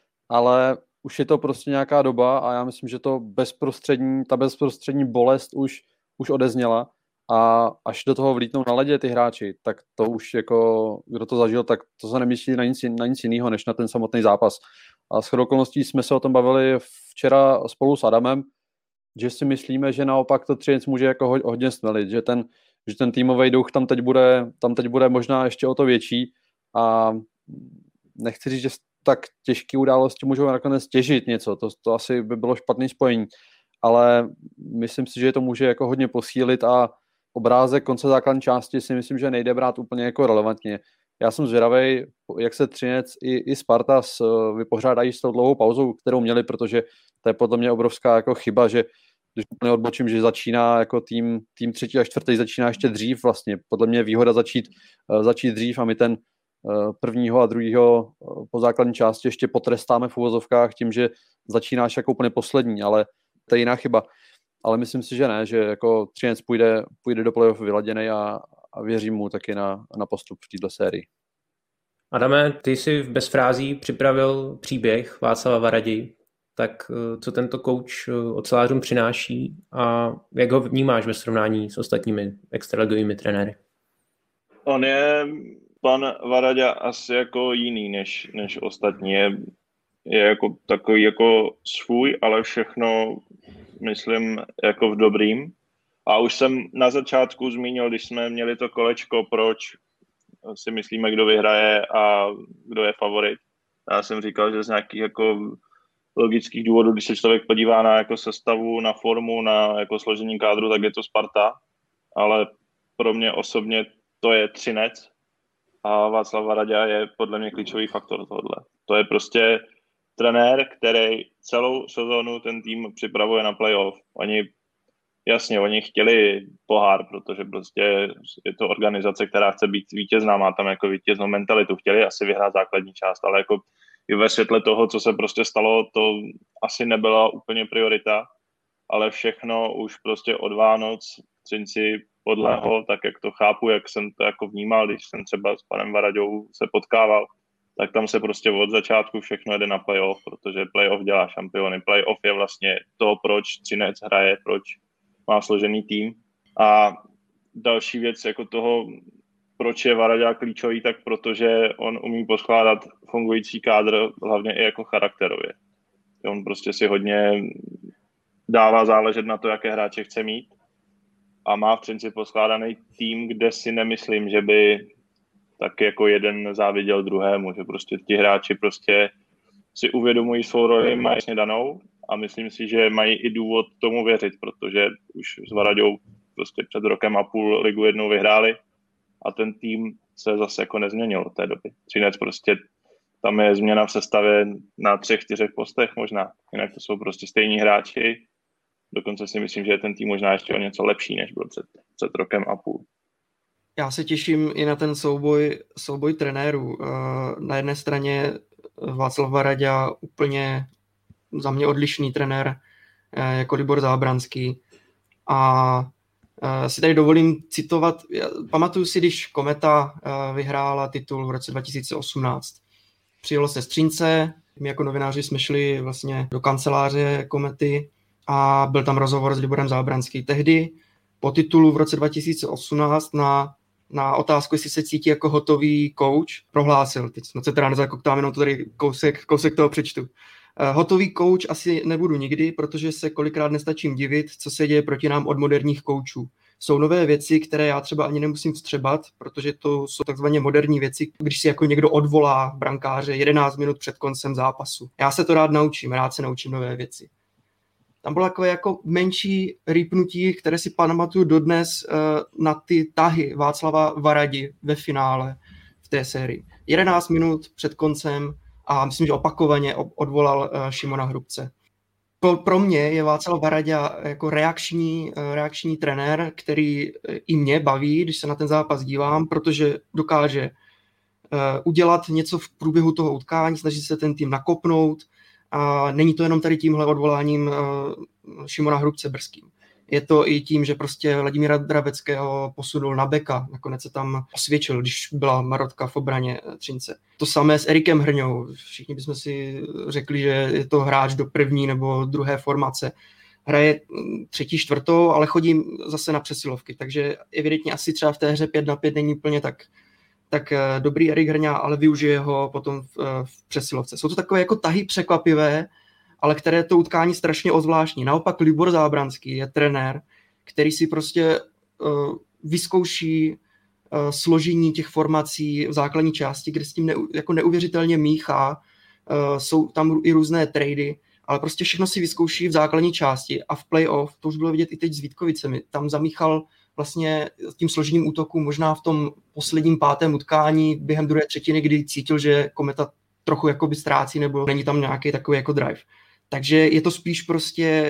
ale už je to prostě nějaká doba a já myslím, že ta bezprostřední bolest už odezněla a až do toho vlítnou na ledě ty hráči, tak to už jako, kdo to zažil, tak to se nemyslí na nic jiného, než na ten samotný zápas. A shodou okolností jsme se o tom bavili včera spolu s Adamem, že si myslíme, že naopak to Třinec může jako hodně stmelit, že ten týmový duch tam teď bude možná ještě o to větší a nechci říct, že tak těžké události můžou nakonec těžit něco, to asi by bylo špatný spojení, ale myslím si, že to může jako hodně posílit a obrázek konce základní části si myslím, že nejde brát úplně jako relevantně. Já jsem zvědavej, jak se Třinec i Sparta vypořádají s tou dlouhou pauzou, kterou měli, protože to je podle mě obrovská jako chyba, že když úplně odbočím, že začíná jako tým 3. a 4. začíná ještě dřív vlastně. Podle mě je výhoda začít dřív a my ten 1. a 2. po základní části ještě potrestáme v uvozovkách tím, že začínáš jako úplně poslední, ale to je jiná chyba. Ale myslím si, že ne, že jako Třinec půjde do playoff vyladěnej a věřím mu taky na postup v této sérii. Adame, ty jsi v Bez frází připravil příběh Václava Varadi. tak co tento kouč ocelářům přináší a jak ho vnímáš ve srovnání s ostatními extraligovými trenéry? On je, pan Varadě, asi jako jiný než ostatní. Je jako takový jako svůj, ale všechno, myslím, jako v dobrým. A už jsem na začátku zmínil, když jsme měli to kolečko, proč si myslíme, kdo vyhraje a kdo je favorit. Já jsem říkal, že z nějakých jako logických důvodů, když se člověk podívá na jako sestavu, na formu, na jako složení kádru, tak je to Sparta. Ale pro mě osobně to je Třinec a Václav Varadě je podle mě klíčový faktor tohle. To je prostě trenér, který celou sezónu ten tým připravuje na playoff. Oni chtěli pohár, protože prostě je to organizace, která chce být vítězná, má tam jako vítěznou mentalitu. Chtěli asi vyhrát základní část, ale jako i ve světle toho, co se prostě stalo, to asi nebyla úplně priorita, ale všechno už prostě od Vánoc Třinci podleho, tak jak to chápu, jak jsem to jako vnímal, když jsem třeba s panem Varaďou se potkával, tak tam se prostě od začátku všechno jede na playoff, protože playoff dělá šampiony. Playoff je vlastně to, proč Třinec hraje, proč má složený tým. A další věc jako toho, proč je Varadě klíčový, tak protože on umí poskládat fungující kádr, hlavně i jako charakterově. On prostě si hodně dává záležet na to, jaké hráče chce mít a má v Třinci poskládaný tým, kde si nemyslím, že by tak jako jeden záviděl druhému, že prostě ti hráči prostě si uvědomují svou roli, mají jasně danou a myslím si, že mají i důvod tomu věřit, protože už s Varaďou prostě před rokem a půl ligu jednou vyhráli a ten tým se zase jako nezměnil od té doby. Třinec prostě, tam je změna v sestavě na 3-4 postech možná, jinak to jsou prostě stejní hráči, dokonce si myslím, že je ten tým možná ještě o něco lepší, než byl před rokem a půl. Já se těším i na ten souboj trenérů. Na jedné straně Václav Varadě, úplně za mě odlišný trenér jako Libor Zábranský. A si tady dovolím citovat, pamatuju si, když Kometa vyhrála titul v roce 2018. Přijelo se z Třince, my jako novináři jsme šli vlastně do kanceláře Komety a byl tam rozhovor s Liborem Zábranským. Tehdy po titulu v roce 2018 na otázku, jestli se cítí jako hotový coach, prohlásil, teď se teda nezakoktám, jenom to tady kousek toho přečtu. Hotový coach asi nebudu nikdy, protože se kolikrát nestačím divit, co se děje proti nám od moderních koučů. Jsou nové věci, které já třeba ani nemusím vstřebat, protože to jsou takzvaně moderní věci, když si jako někdo odvolá brankáře 11 minut před koncem zápasu. Já se to rád se naučím nové věci. Tam bylo takové jako menší rýpnutí, které si pamatuju dodnes na ty tahy Václava Varadi ve finále v té sérii. 11 minut před koncem a myslím, že opakovaně odvolal Šimona Hrubce. Pro mě je Václav Varadě jako reakční trenér, který i mě baví, když se na ten zápas dívám, protože dokáže udělat něco v průběhu toho utkání, snaží se ten tým nakopnout. A není to jenom tady tímhle odvoláním Šimona Hrubce brzkým. Je to i tím, že prostě Vladimíra Draveckého posunul na beka, nakonec se tam osvědčil, když byla marotka v obraně Třince. To samé s Erikem Hrňou. Všichni bychom si řekli, že je to hráč do první nebo druhé formace. Hraje 3., 4., ale chodí zase na přesilovky, takže evidentně asi třeba v té hře 5-5 není úplně tak dobrý Erik Hrňa, ale využije ho potom v přesilovce. Jsou to takové jako tahy překvapivé, ale které to utkání strašně ozvláštní. Naopak Libor Zábranský je trenér, který si prostě vyzkouší složení těch formací v základní části, kde s tím jako neuvěřitelně míchá. Jsou tam i různé trady, ale prostě všechno si vyzkouší v základní části a v playoff, to už bylo vidět i teď s Vítkovicemi, tam zamíchal vlastně tím složením útoku možná v tom posledním 5. utkání během druhé třetiny, kdy cítil, že Kometa trochu jakoby ztrácí nebo není tam nějaký takový jako drive. Takže je to spíš prostě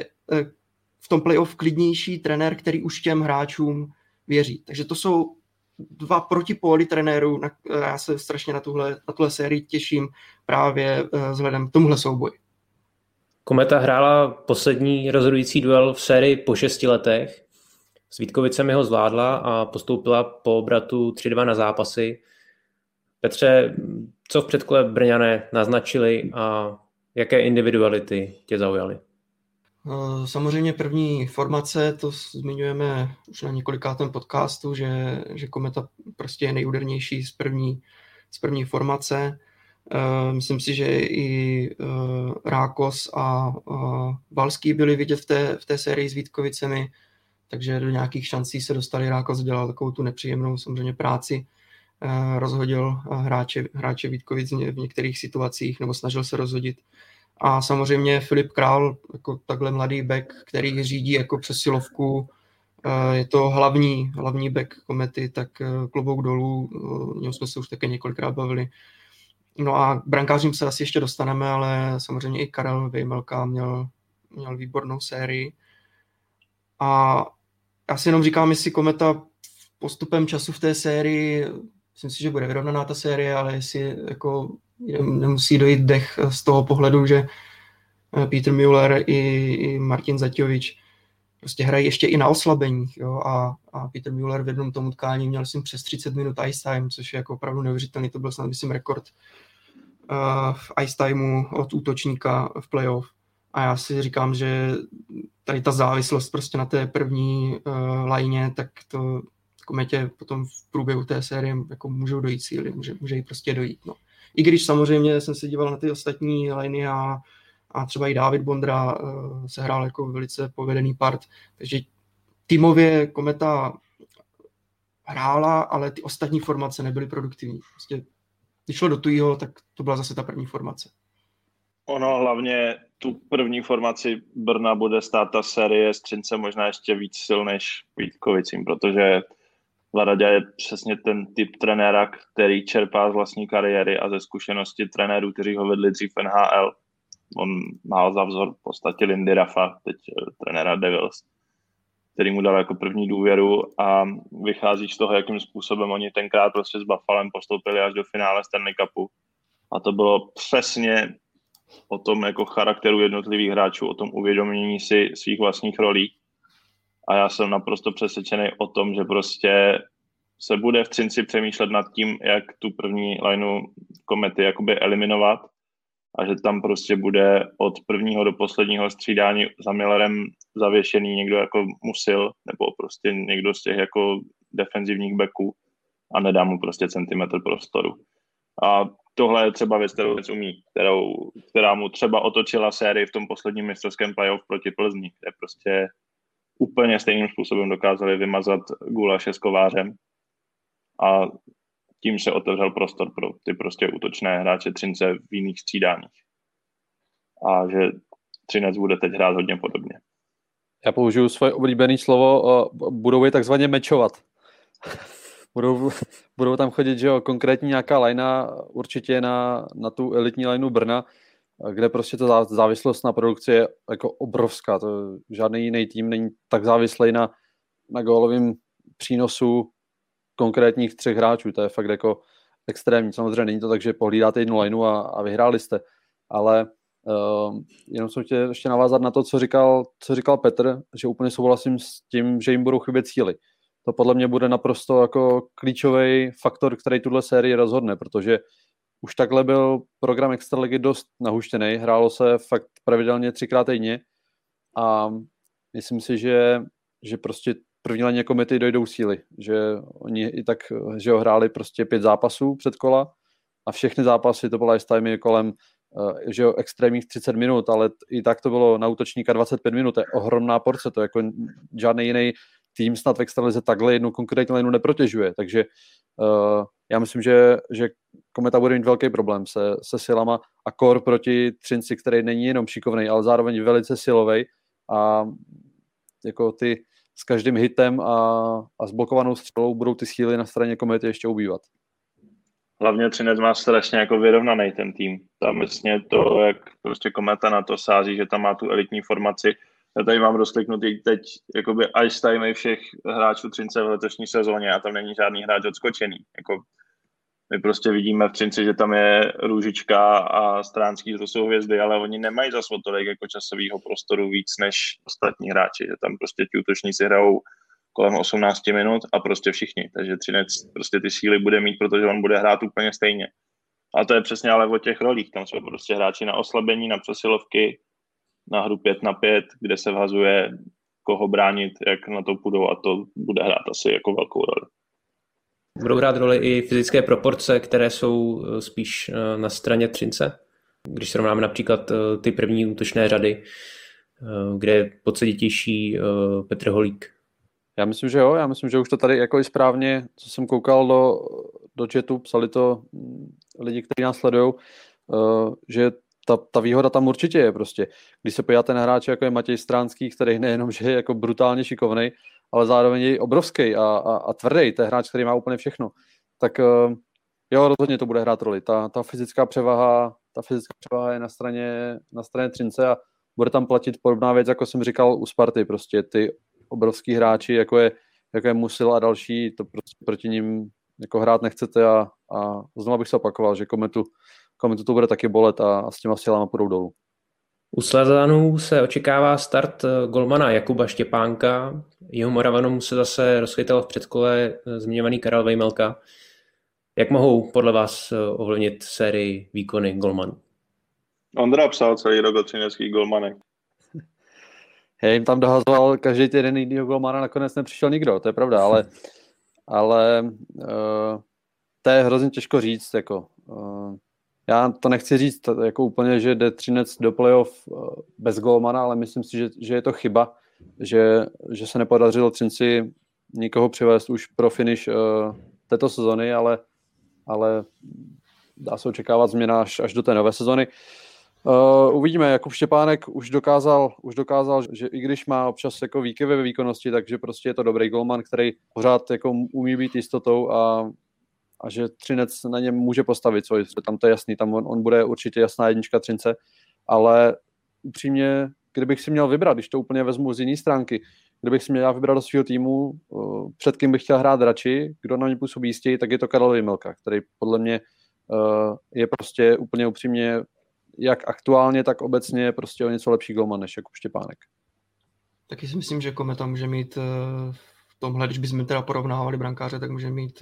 v tom playoff klidnější trenér, který už těm hráčům věří. Takže to jsou dva protipóly trenérů, já se strašně na tuhle sérii těším právě vzhledem k tomuhle souboji. Kometa hrála poslední rozhodující duel v sérii po 6 letech. S Vítkovicemi ho zvládla a postoupila po obratu 3-2 na zápasy. Petře, co v předkole Brňané naznačili a Jaké individuality tě zaujaly? Samozřejmě první formace, to zmiňujeme už na několikátém podcastu, že Kometa prostě je nejúdernější z první formace. Myslím si, že i Rákos a Valský byli vidět v té sérii s Vítkovicemi, takže do nějakých šancí se dostali. Rákos dělal takovou tu nepříjemnou samozřejmě práci, rozhodil hráče Vítkovic v některých situacích, nebo snažil se rozhodit. A samozřejmě Filip Král, jako takhle mladý back, který řídí jako přesilovku, je to hlavní back Komety, tak klobouk dolů, o něm jsme se už také několikrát bavili. No a brankářím se asi ještě dostaneme, ale samozřejmě i Karel Vejmelka měl výbornou sérii. A já si jenom říkám, jestli Kometa postupem času v té sérii, myslím si, že bude vyrovnaná ta série, ale jestli jako nemusí dojít dech z toho pohledu, že Peter Müller i Martin Zaťovič prostě hrají ještě i na oslabeních. Jo? A Peter Müller v jednom tom utkání měl jsem přes 30 minut ice time, což je jako opravdu neuvěřitelný. To byl snad, myslím, rekord v ice timeu od útočníka v playoff. A já si říkám, že tady ta závislost prostě na té první lajně, tak to Kometě potom v průběhu té série jako můžou dojít síly, může jí prostě dojít. No. I když samozřejmě jsem se díval na ty ostatní liny a třeba i David Bondra se hrál jako velice povedený part, takže týmově Kometa hrála, ale ty ostatní formace nebyly produktivní. Prostě když šlo do tujího, tak to byla zase ta první formace. Ono hlavně tu první formaci Brna bude stát ta série s Třince možná ještě víc sil než Vítkovicím, protože Vladaďa je přesně ten typ trenéra, který čerpá z vlastní kariéry a ze zkušenosti trenérů, kteří ho vedli dřív v NHL. On má za vzor v podstatě Lindy Raffa, teď trenéra Devils, který mu dal jako první důvěru a vychází z toho, jakým způsobem oni tenkrát prostě s Buffalem postoupili až do finále Stanley Cupu. A to bylo přesně o tom jako charakteru jednotlivých hráčů, o tom uvědomění si svých vlastních rolí. A já jsem naprosto přesvědčený o tom, že prostě se bude v Třinci přemýšlet nad tím, jak tu první lineu Komety jakoby eliminovat a že tam prostě bude od prvního do posledního střídání za Millerem zavěšený někdo jako Musil nebo prostě někdo z těch jako defenzivních backů a nedá mu prostě centimetr prostoru. A tohle je třeba věc, kterou umí, která mu třeba otočila sérii v tom posledním mistrovském playoff proti Plzni, kde prostě úplně stejným způsobem dokázali vymazat Gulaše s Kovářem a tím se otevřel prostor pro ty prostě útočné hráče Třince v jiných střídáních. A že Třinec bude teď hrát hodně podobně. Já použiju svoje oblíbené slovo, budou je takzvaně mečovat. budou tam chodit, že jo, konkrétní nějaká lajna určitě na tu elitní lajnu Brna, kde prostě ta závislost na produkci je jako obrovská. To žádný jiný tým není tak závislý na gólovém přínosu konkrétních 3 hráčů. To je fakt jako extrémní. Samozřejmě není to tak, že pohlídáte jednu lineu a vyhráli jste. Ale jenom jsem chtěl ještě navázat na to, co říkal Petr, že úplně souhlasím s tím, že jim budou chybět síly. To podle mě bude naprosto jako klíčový faktor, který tuhle sérii rozhodne, protože už takhle byl program Extraligy dost nahuštěný, hrálo se fakt pravidelně 3krát týdně a myslím si, že prostě první laně Komety dojdou síly, že oni i tak, že ho hráli prostě 5 zápasů před kola a všechny zápasy to bylo ice time kolem, že jo, extrémních 30 minut, ale i tak to bylo na útočníka 25 minut, to je ohromná porce, to jako žádný jiný tým snad v Extralize takhle jednu konkrétní lineu neprotěžuje, takže já myslím, že Kometa bude mít velký problém se silama a kor proti Třinci, který není jenom šikovnej, ale zároveň velice silovej a jako ty s každým hitem a s blokovanou střelou budou ty síly na straně Komety ještě ubývat. Hlavně Třinec má strašně jako vyrovnaný ten tým. Tam vlastně to, jak prostě Kometa na to sází, že tam má tu elitní formaci. Já tady mám rozkliknutý teď jakoby ice time všech hráčů Třince v letošní sezóně a tam není žádný hráč odskočený. Jako my prostě vidíme v Třinci, že tam je Růžička a Stránský, to jsou hvězdy, ale oni nemají zas o tolik jako časového prostoru víc než ostatní hráči. Že tam prostě ti útočníci hrajou kolem 18 minut a prostě všichni. Takže Třinec prostě ty síly bude mít, protože on bude hrát úplně stejně. A to je přesně ale o těch rolích. Tam jsou prostě hráči na oslabení, na přesilovky, na hru 5-5, kde se vhazuje, koho bránit, jak na to půjdou, a to bude hrát asi jako velkou roli. Budou hrát roli i fyzické proporce, které jsou spíš na straně Třince? Když srovnáme například ty první útočné řady, kde je poceditější Petr Holík. Já myslím, že jo. Já myslím, že už to tady jako i správně, co jsem koukal do chatu, psali to lidi, kteří nás sledují, že ta výhoda tam určitě je prostě. Když se podíváte na hráče, jako je Matěj Stránský, který nejenom, že je jako brutálně šikovnej, ale zároveň je obrovský a tvrdý, to je hráč, který má úplně všechno. Tak jo, rozhodně to bude hrát roli. Ta fyzická převaha je na straně Třince a bude tam platit podobná věc, jako jsem říkal u Sparty, prostě ty obrovský hráči, jako je Musil a další, to prostě proti ním jako hrát nechcete a znovu bych se opakoval, že Kometu to bude taky bolet a s těma silama půjdou dolů. U Slezanů se očekává start golmana Jakuba Štěpánka. Jeho Moravanům se zase rozchytal v předkole zmiňovaný Karel Vejmelka. Jak mohou podle vás ovlivnit sérii výkony golmanů? Ondra psal celý rok o třineckých golmanech. Já jim tam dohazoval každý týden jinýho golmana, nakonec nepřišel nikdo, to je pravda, ale to je hrozně těžko říct. Jako, já to nechci říct jako úplně, že jde Třinec do playoff bez golmana, ale myslím si, že je to chyba, že se nepodařilo Třinci nikoho přivést už pro finish této sezony, ale dá se očekávat změna až do té nové sezony. Uvidíme, Jakub Štěpánek už dokázal, že i když má občas jako výkyvy ve výkonnosti, takže prostě je to dobrý golman, který pořád jako umí být jistotou a že Třinec na něm může postavit, tam to je jasný, tam on bude určitě jasná jednička Třince, ale upřímně, kdybych si měl vybrat, když to úplně vezmu z jiné stránky, kdybych si měl vybrat do svého týmu, před kým bych chtěl hrát radši, kdo na mě působí jistěji, tak je to Karel Vejmelka, který podle mě je prostě úplně upřímně jak aktuálně, tak obecně prostě o něco lepší golman než Jakub Štěpánek. Taky si myslím, že Kometa může mít v tomhle, když bychom teda porovnávali brankáře, tak může mít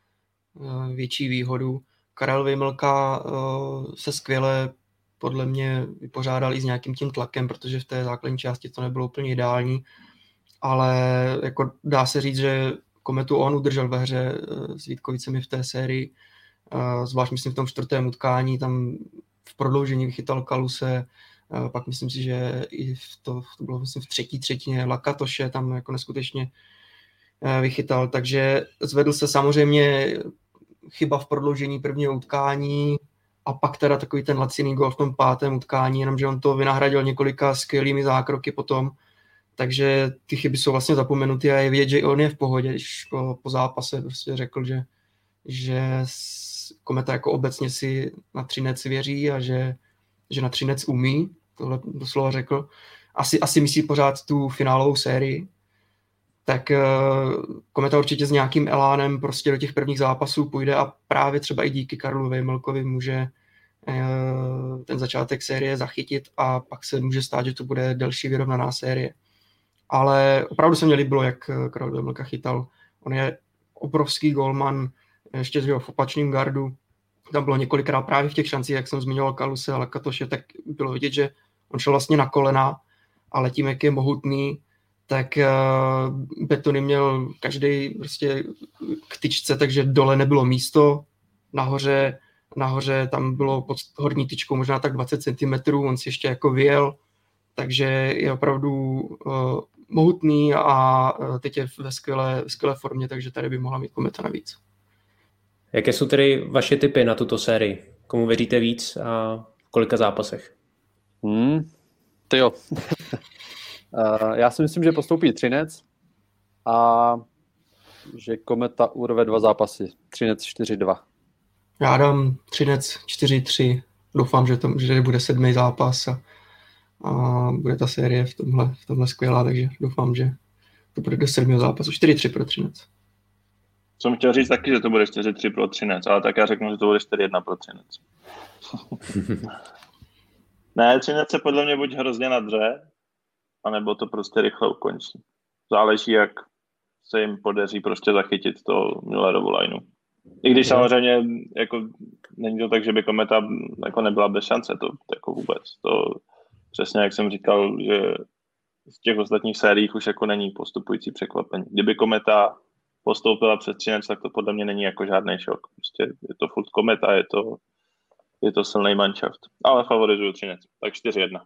větší výhodu. Karel Vejmelka se skvěle podle mě vypořádal i s nějakým tím tlakem, protože v té základní části to nebylo úplně ideální, ale jako dá se říct, že Kometu on udržel ve hře s Vítkovicemi v té sérii, zvlášť myslím v tom 4. utkání, tam v prodloužení vychytal Kaluse, pak myslím si, že i to bylo myslím v 3. třetině Lakatoše tam jako neskutečně vychytal, takže zvedl se samozřejmě chyba v prodloužení prvního utkání a pak teda takový ten laciný gol v tom 5. utkání, jenomže on to vynahradil několika skvělými zákroky potom, takže ty chyby jsou vlastně zapomenuty a je vidět, že on je v pohodě, když po zápase prostě řekl, že Kometa jako obecně si na Třinec věří a že na Třinec umí, tohle doslova řekl. Asi myslí pořád tu finálovou sérii, tak Kometa určitě s nějakým elánem prostě do těch prvních zápasů půjde a právě třeba i díky Karlu Vejmelkovi může ten začátek série zachytit a pak se může stát, že to bude delší vyrovnaná série. Ale opravdu se mě líbilo, jak Karel Vejmelka chytal. On je obrovský golman, ještě v opačném gardu. Tam bylo několikrát právě v těch šancích, jak jsem zmiňoval Kaluse a Lakatoše, tak bylo vidět, že on šel vlastně na kolena, ale tím, jak je mohutný, tak betony měl každý prostě k tyčce, takže dole nebylo místo, nahoře tam bylo pod horní tyčkou možná tak 20 cm, on si ještě jako vyjel, takže je opravdu mohutný a teď je ve skvělé formě, takže tady by mohla mít Kometa navíc. Jaké jsou tedy vaše tipy na tuto sérii? Komu věříte víc a v kolika zápasech? Tyjo. Já si myslím, že postoupí Třinec a že Kometa urve 2 zápasy. Třinec 4-2. Já dám Třinec 4-3. Doufám, že bude 7. zápas a bude ta série v tomhle skvělá, takže doufám, že to bude do 7. zápasu. 4-3 pro Třinec. Jsem chtěl říct taky, že to bude 4-3 pro Třinec, ale tak já řeknu, že to bude 4-1 pro Třinec. Ne, Třinec se podle mě buď hrozně nadře, anebo to prostě rychle ukončí. Záleží, jak se jim podaří prostě zachytit to Müllerovu lineu. I když samozřejmě jako není to tak, že by Kometa jako nebyla bez šance, to jako vůbec. To přesně jak jsem říkal, že v těch ostatních sériích už jako není postupující překvapení. Kdyby Kometa postoupila přes Třinec, tak to podle mě není jako žádný šok. Prostě je to furt Kometa, je to silný manšaft. Ale favorizuju Třinec, tak 4-1.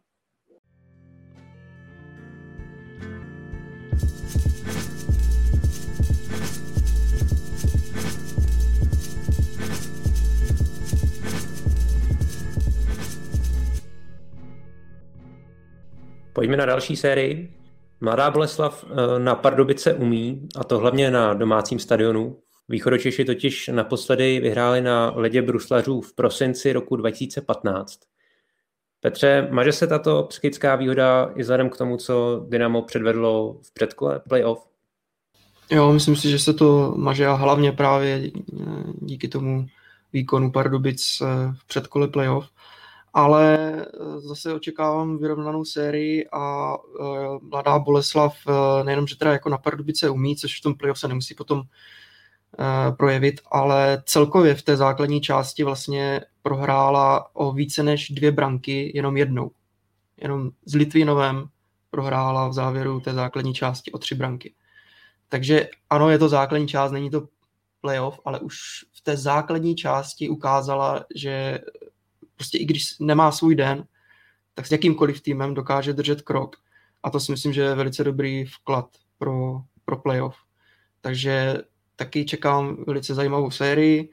Pojďme na další sérii. Mladá Boleslav na Pardubice umí, a to hlavně na domácím stadionu. Východočeši totiž naposledy vyhráli na ledě bruslařů v prosinci roku 2015. Petře, maže se tato psychická výhoda i vzhledem k tomu, co Dynamo předvedlo v předkole playoff? Jo, myslím si, že se to maže a hlavně právě díky tomu výkonu Pardubic v předkole playoff. Ale zase očekávám vyrovnanou sérii a Mladá Boleslav nejenom, že teda jako na Pardubice umí, což v tom playoff se nemusí potom projevit, ale celkově v té základní části vlastně prohrála o více než 2 branky jenom jednou. Jenom s Litvínovem prohrála v závěru té základní části o 3 branky. Takže ano, je to základní část, není to playoff, ale už v té základní části ukázala, že prostě i když nemá svůj den, tak s jakýmkoliv týmem dokáže držet krok. A to si myslím, že je velice dobrý vklad pro playoff. Takže taky čekám velice zajímavou sérii,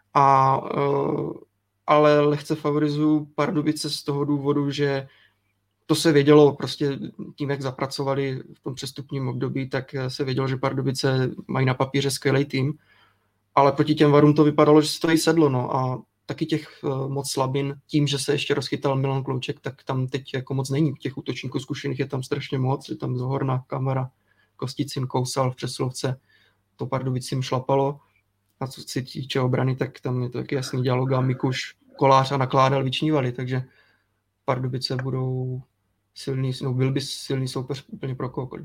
ale lehce favorizuju Pardubice z toho důvodu, že to se vědělo prostě tím, jak zapracovali v tom přestupním období, tak se vědělo, že Pardubice mají na papíře skvělý tým, ale proti těm Varům to vypadalo, že se to jí sedlo. No a taky těch moc slabin, tím, že se ještě rozchytal Milan Klouček, tak tam teď jako moc není. Těch útočníků zkušených je tam strašně moc, je tam Zohorna, Kamara, Kosticin, Kousal v přesilovce, to Pardubicím šlapalo. A co se týče obrany, tak tam je to taky jasný Dialoga, Mikuš, Kolář a Nakládal vyčnívali, takže Pardubice budou silný, byl by silný soupeř úplně pro kohokoliv.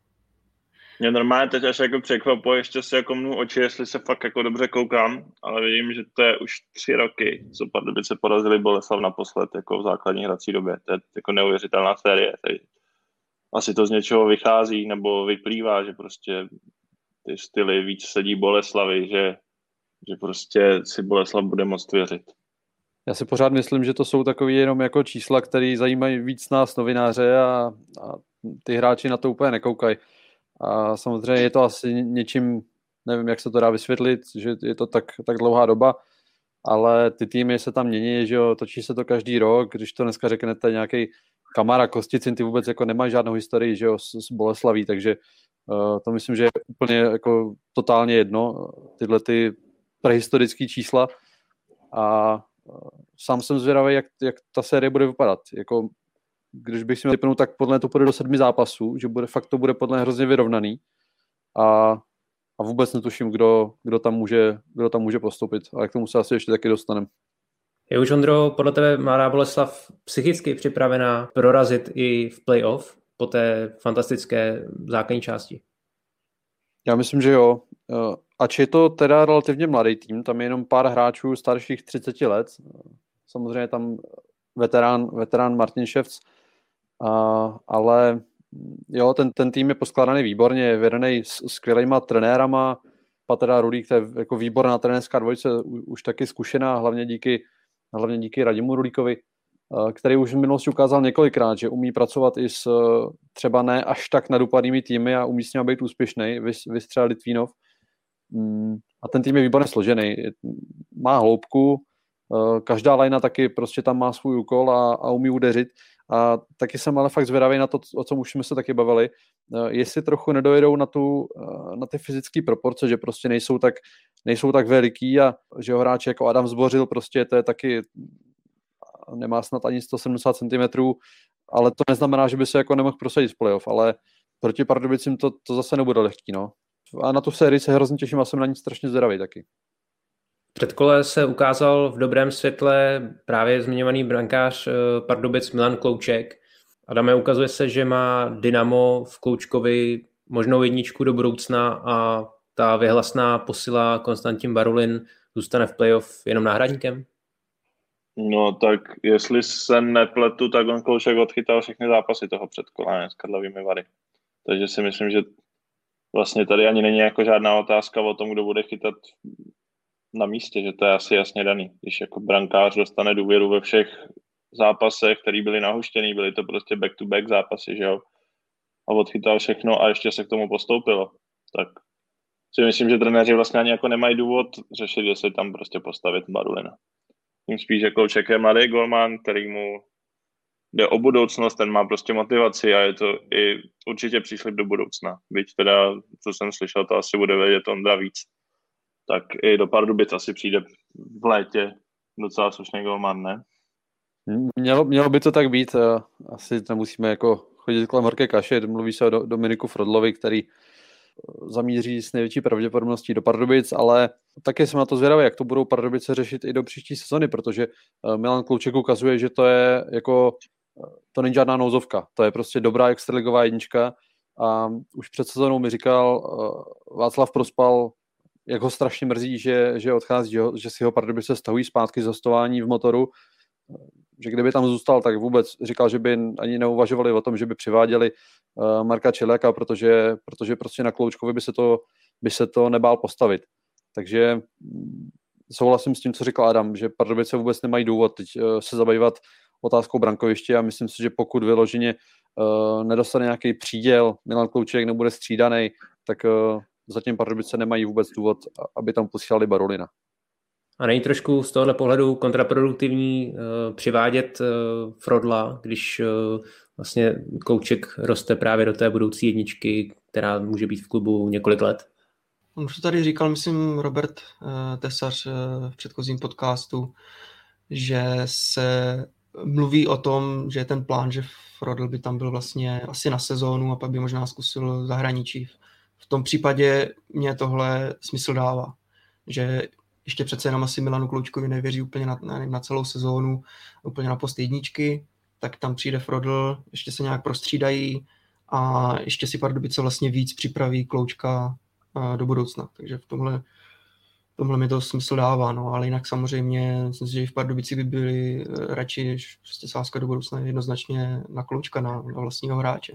Mě normálně teď až jako překvapuje, ještě si jako mnu oči, jestli se fakt jako dobře koukám, ale vidím, že to je už 3 roky, co Pardubice porazili Boleslav naposled jako v základní hrací době. To je jako neuvěřitelná série. Tady asi to z něčeho vychází nebo vyplývá, že prostě ty styly víc sedí Boleslavy, že prostě si Boleslav bude moct věřit. Já si pořád myslím, že to jsou takový jenom jako čísla, které zajímají víc nás novináře a ty hráči na to úplně nekoukají. A samozřejmě je to asi něčím, nevím, jak se to dá vysvětlit, že je to tak dlouhá doba, ale ty týmy se tam mění, že jo, točí se to každý rok, když to dneska řeknete nějaký Kamara, Kosticin, ty vůbec jako nemají žádnou historii, že jo, s Boleslaví, takže to myslím, že je úplně jako totálně jedno, tyhle ty prehistorické čísla a sám jsem zvědavý, jak ta série bude vypadat, jako když bych si měl typnout, tak podle to půjde do 7 zápasů, že to bude podle hrozně vyrovnaný a vůbec netuším, kdo tam může postoupit, ale k tomu se asi ještě taky dostaneme. Je už, Ondro, podle tebe Mladá Boleslav psychicky připravená prorazit i v playoff po té fantastické základní části? Já myslím, že jo. Ač je to teda relativně mladý tým, tam je jenom pár hráčů starších 30 let, samozřejmě tam veterán Martin Ševc, ale jo, ten tým je poskládaný výborně, je vedený skvělýma trenérama, Patera Rulík, to je jako výborná trenérská dvojice, už taky zkušená, hlavně díky Radimu Rulíkovi, který už v minulosti ukázal několikrát, že umí pracovat i s třeba ne až tak nadupanými týmy a umí s nimi být úspěšný, vystřel Litvínov. A ten tým je výborně složený, má hloubku, každá lajna taky prostě tam má svůj úkol a umí udeřit. A taky jsem ale fakt zvědavý na to, o čem už jsme se taky bavili, jestli trochu nedojedou na ty fyzické proporce, že prostě nejsou tak veliký a že ho hráči jako Adam Zbořil prostě to je taky nemá snad ani 170 cm, ale to neznamená, že by se jako nemohl prosadit v playoff, ale proti Pardubicím to zase nebude lehký, no. A na tu sérii se hrozně těším a jsem na ní strašně zvědavý taky. Předkole se ukázal v dobrém světle právě zmiňovaný brankář Pardubic Milan Klouček. Adame, ukazuje se, že má Dynamo v Kloučkovi možnou jedničku do budoucna a ta věhlasná posila Konstantin Barulin zůstane v playoff jenom náhradníkem? No tak jestli se nepletu, tak on Klouček odchytal všechny zápasy toho předkola s Karlovými Vary. Takže si myslím, že vlastně tady ani není jako žádná otázka o tom, kdo bude chytat na místě, že to je asi jasně daný. Když jako brankář dostane důvěru ve všech zápasech, které byly nahuštěný, byly to prostě back-to-back zápasy, že jo, a odchytal všechno a ještě se k tomu postoupilo, tak si myslím, že trenéři vlastně ani jako nemají důvod řešit, jestli tam prostě postavit Barulina. Tím spíš, že Klouček je mladý golman, který mu jde o budoucnost, ten má prostě motivaci a je to i určitě příslib do budoucna. Byť teda, co jsem slyšel, to asi bude vědět Ondra víc. Tak i do Pardubic asi přijde v létě docela slušný golman, ne? Mělo by to tak být. Asi nemusíme jako chodit kolem horké kaše. Mluví se o Dominiku Frodlovi, který zamíří s největší pravděpodobností do Pardubic, ale taky jsem na to zvědavý, jak to budou Pardubice řešit i do příští sezony, protože Milan Klouček ukazuje, že to je jako, to není žádná nouzovka, to je prostě dobrá extraligová jednička a už před sezónou mi říkal Václav Prospal, jak ho strašně mrzí, že odchází, že si ho Pardubice stahují zpátky z hostování v Motoru, že kdyby tam zůstal, tak vůbec říkal, že by ani neuvažovali o tom, že by přiváděli Marka Čeléka, protože prostě na Kloučkovi by se to nebál postavit. Takže souhlasím s tím, co říkal Adam, že Pardubice vůbec nemají důvod teď se zabývat otázkou brankoviště a myslím si, že pokud vyloženě nedostane nějaký příděl, Milan Klouček nebude střídaný, tak zatím Pardubice nemají vůbec důvod, aby tam posílali Barulina. A není trošku z tohohle pohledu kontraproduktivní přivádět Frodla, když vlastně Klouček roste právě do té budoucí jedničky, která může být v klubu několik let? Už to tady říkal, myslím, Robert Tesař v předchozím podcastu, že se mluví o tom, že je ten plán, že Frodl by tam byl vlastně asi na sezónu a pak by možná zkusil zahraničí. V tom případě mě tohle smysl dává, že ještě přece jenom asi Milanu Kloučkovi nevěří úplně na celou sezónu, úplně na post jedničky, tak tam přijde Frodl, ještě se nějak prostřídají a ještě si Pardubice vlastně víc připraví Kloučka do budoucna. Takže v tomhle mi to smysl dává, no, ale jinak samozřejmě myslím si, že v Pardubici by byli radši, než prostě sázka do budoucna jednoznačně na Kloučka, na vlastního hráče.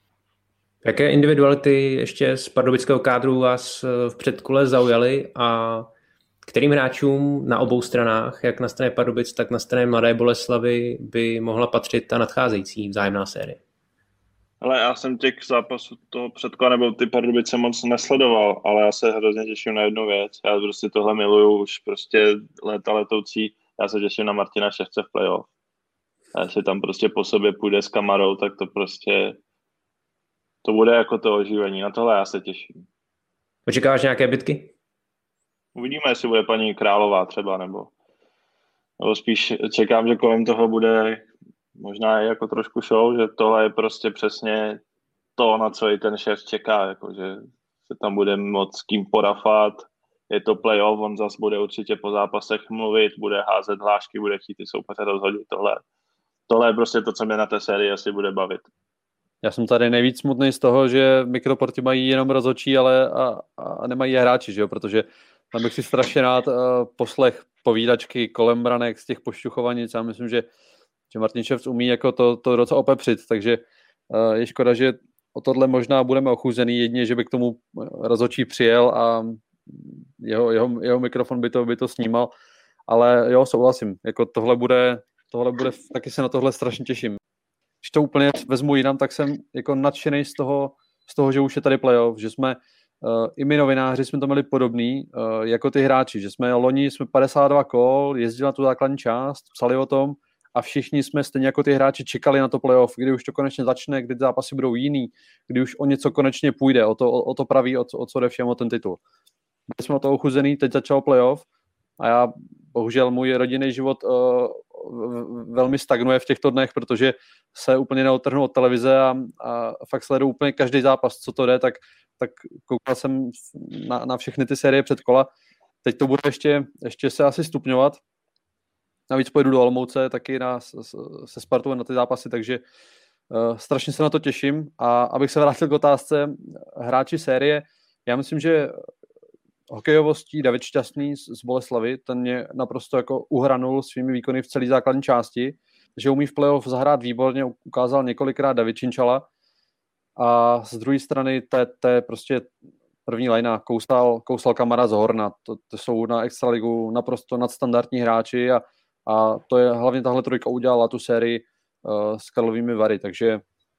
Jaké individuality ještě z pardubického kádru vás v předkole zaujaly a kterým hráčům na obou stranách, jak na straně Pardubic, tak na straně Mladé Boleslavi, by mohla patřit ta nadcházející vzájemná série? Ale já jsem těch zápasů toho předkola nebo ty Pardubice moc nesledoval, ale já se hrozně těším na jednu věc. Já prostě tohle miluju už prostě léta letoucí. Já se těším na Martina Ševce v playoff. A jestli tam prostě po sobě půjde s Kamarou, tak to prostě to bude jako to oživení. Na tohle já se těším. Očekáváš nějaké bitky? Uvidíme, jestli bude paní Králová třeba, nebo spíš čekám, že kolem toho bude možná i jako trošku show, že tohle je prostě přesně to, na co i ten šéf čeká, jako, že se tam bude moc s kým porafat, je to playoff, on zase bude určitě po zápasech mluvit, bude házet hlášky, bude chtít ty soupeře rozhodit, tohle je prostě to, co mě na té sérii asi bude bavit. Já jsem tady nejvíc smutný z toho, že mikroporty mají jenom rozhodčí, ale a nemají je hráči, že jo? Protože tam bych si strašně rád poslech povídačky kolem branek z těch pošťuchovanic. Já myslím, že Martin Ševc umí jako to docela opepřit, takže je škoda, že o tohle možná budeme ochuzený jedině, že by k tomu rozhodčí přijel a jeho mikrofon by to snímal, ale jo, souhlasím, jako tohle bude, taky se na tohle strašně těším. Když to úplně vezmu jinam, tak jsem jako nadšený z toho, že už je tady playoff, že jsme i my novináři jsme to měli podobný jako ty hráči, že loni jsme 52 kol, jezdili na tu základní část, psali o tom a všichni jsme stejně jako ty hráči čekali na to playoff, kdy už to konečně začne, kdy zápasy budou jiný, kdy už o něco konečně půjde, o to praví, o co jde všem o ten titul. Byli jsme o to ochuzený, teď začal playoff a já bohužel můj rodinný život velmi stagnuje v těchto dnech, protože se úplně neodtrhnu od televize a fakt sleduju úplně každý zápas, co to jde, tak koukal jsem na všechny ty série předkola. Teď to bude ještě se asi stupňovat. Navíc pojedu do Olomouce taky se Spartou na ty zápasy, takže strašně se na to těším. A abych se vrátil k otázce hráči série, já myslím, že hokejovostí. David Šťastný z Boleslavy, ten mě naprosto jako uhranul svými výkony v celé základní části, že umí v playoff zahrát výborně, ukázal několikrát David Činčala. A z druhé strany to je prostě první lajna, Kousal Kamara z Horna. To jsou na extraligu naprosto nadstandardní hráči a to je hlavně tahle trojka udělala tu sérii s Karlovými Vary, takže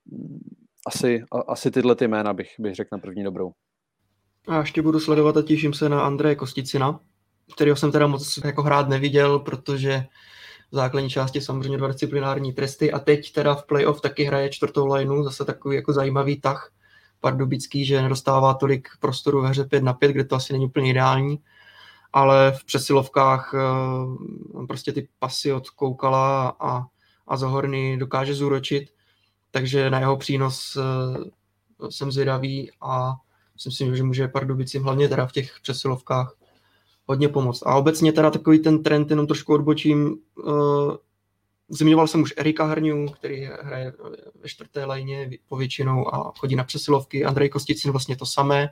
asi tyhle ty jména bych řekl na první dobrou. A ještě budu sledovat a těším se na Andreje Kosticina, kterého jsem teda moc jako hrát neviděl, protože v základní části samozřejmě 2 disciplinární tresty a teď teda v playoff taky hraje 4. lineu, zase takový jako zajímavý tah pardubický, že nedostává tolik prostoru ve hře 5-5, kde to asi není úplně ideální, ale v přesilovkách prostě ty pasy od Koukala a Zohorny dokáže zúročit, takže na jeho přínos jsem zvědavý a myslím, že může Pardubicím hlavně teda v těch přesilovkách hodně pomoct. A obecně teda takový ten trend, jenom trošku odbočím, zmiňoval jsem už Erika Hrňu, který hraje ve 4. lajně povětšinou a chodí na přesilovky. Andrej Kosticin vlastně to samé.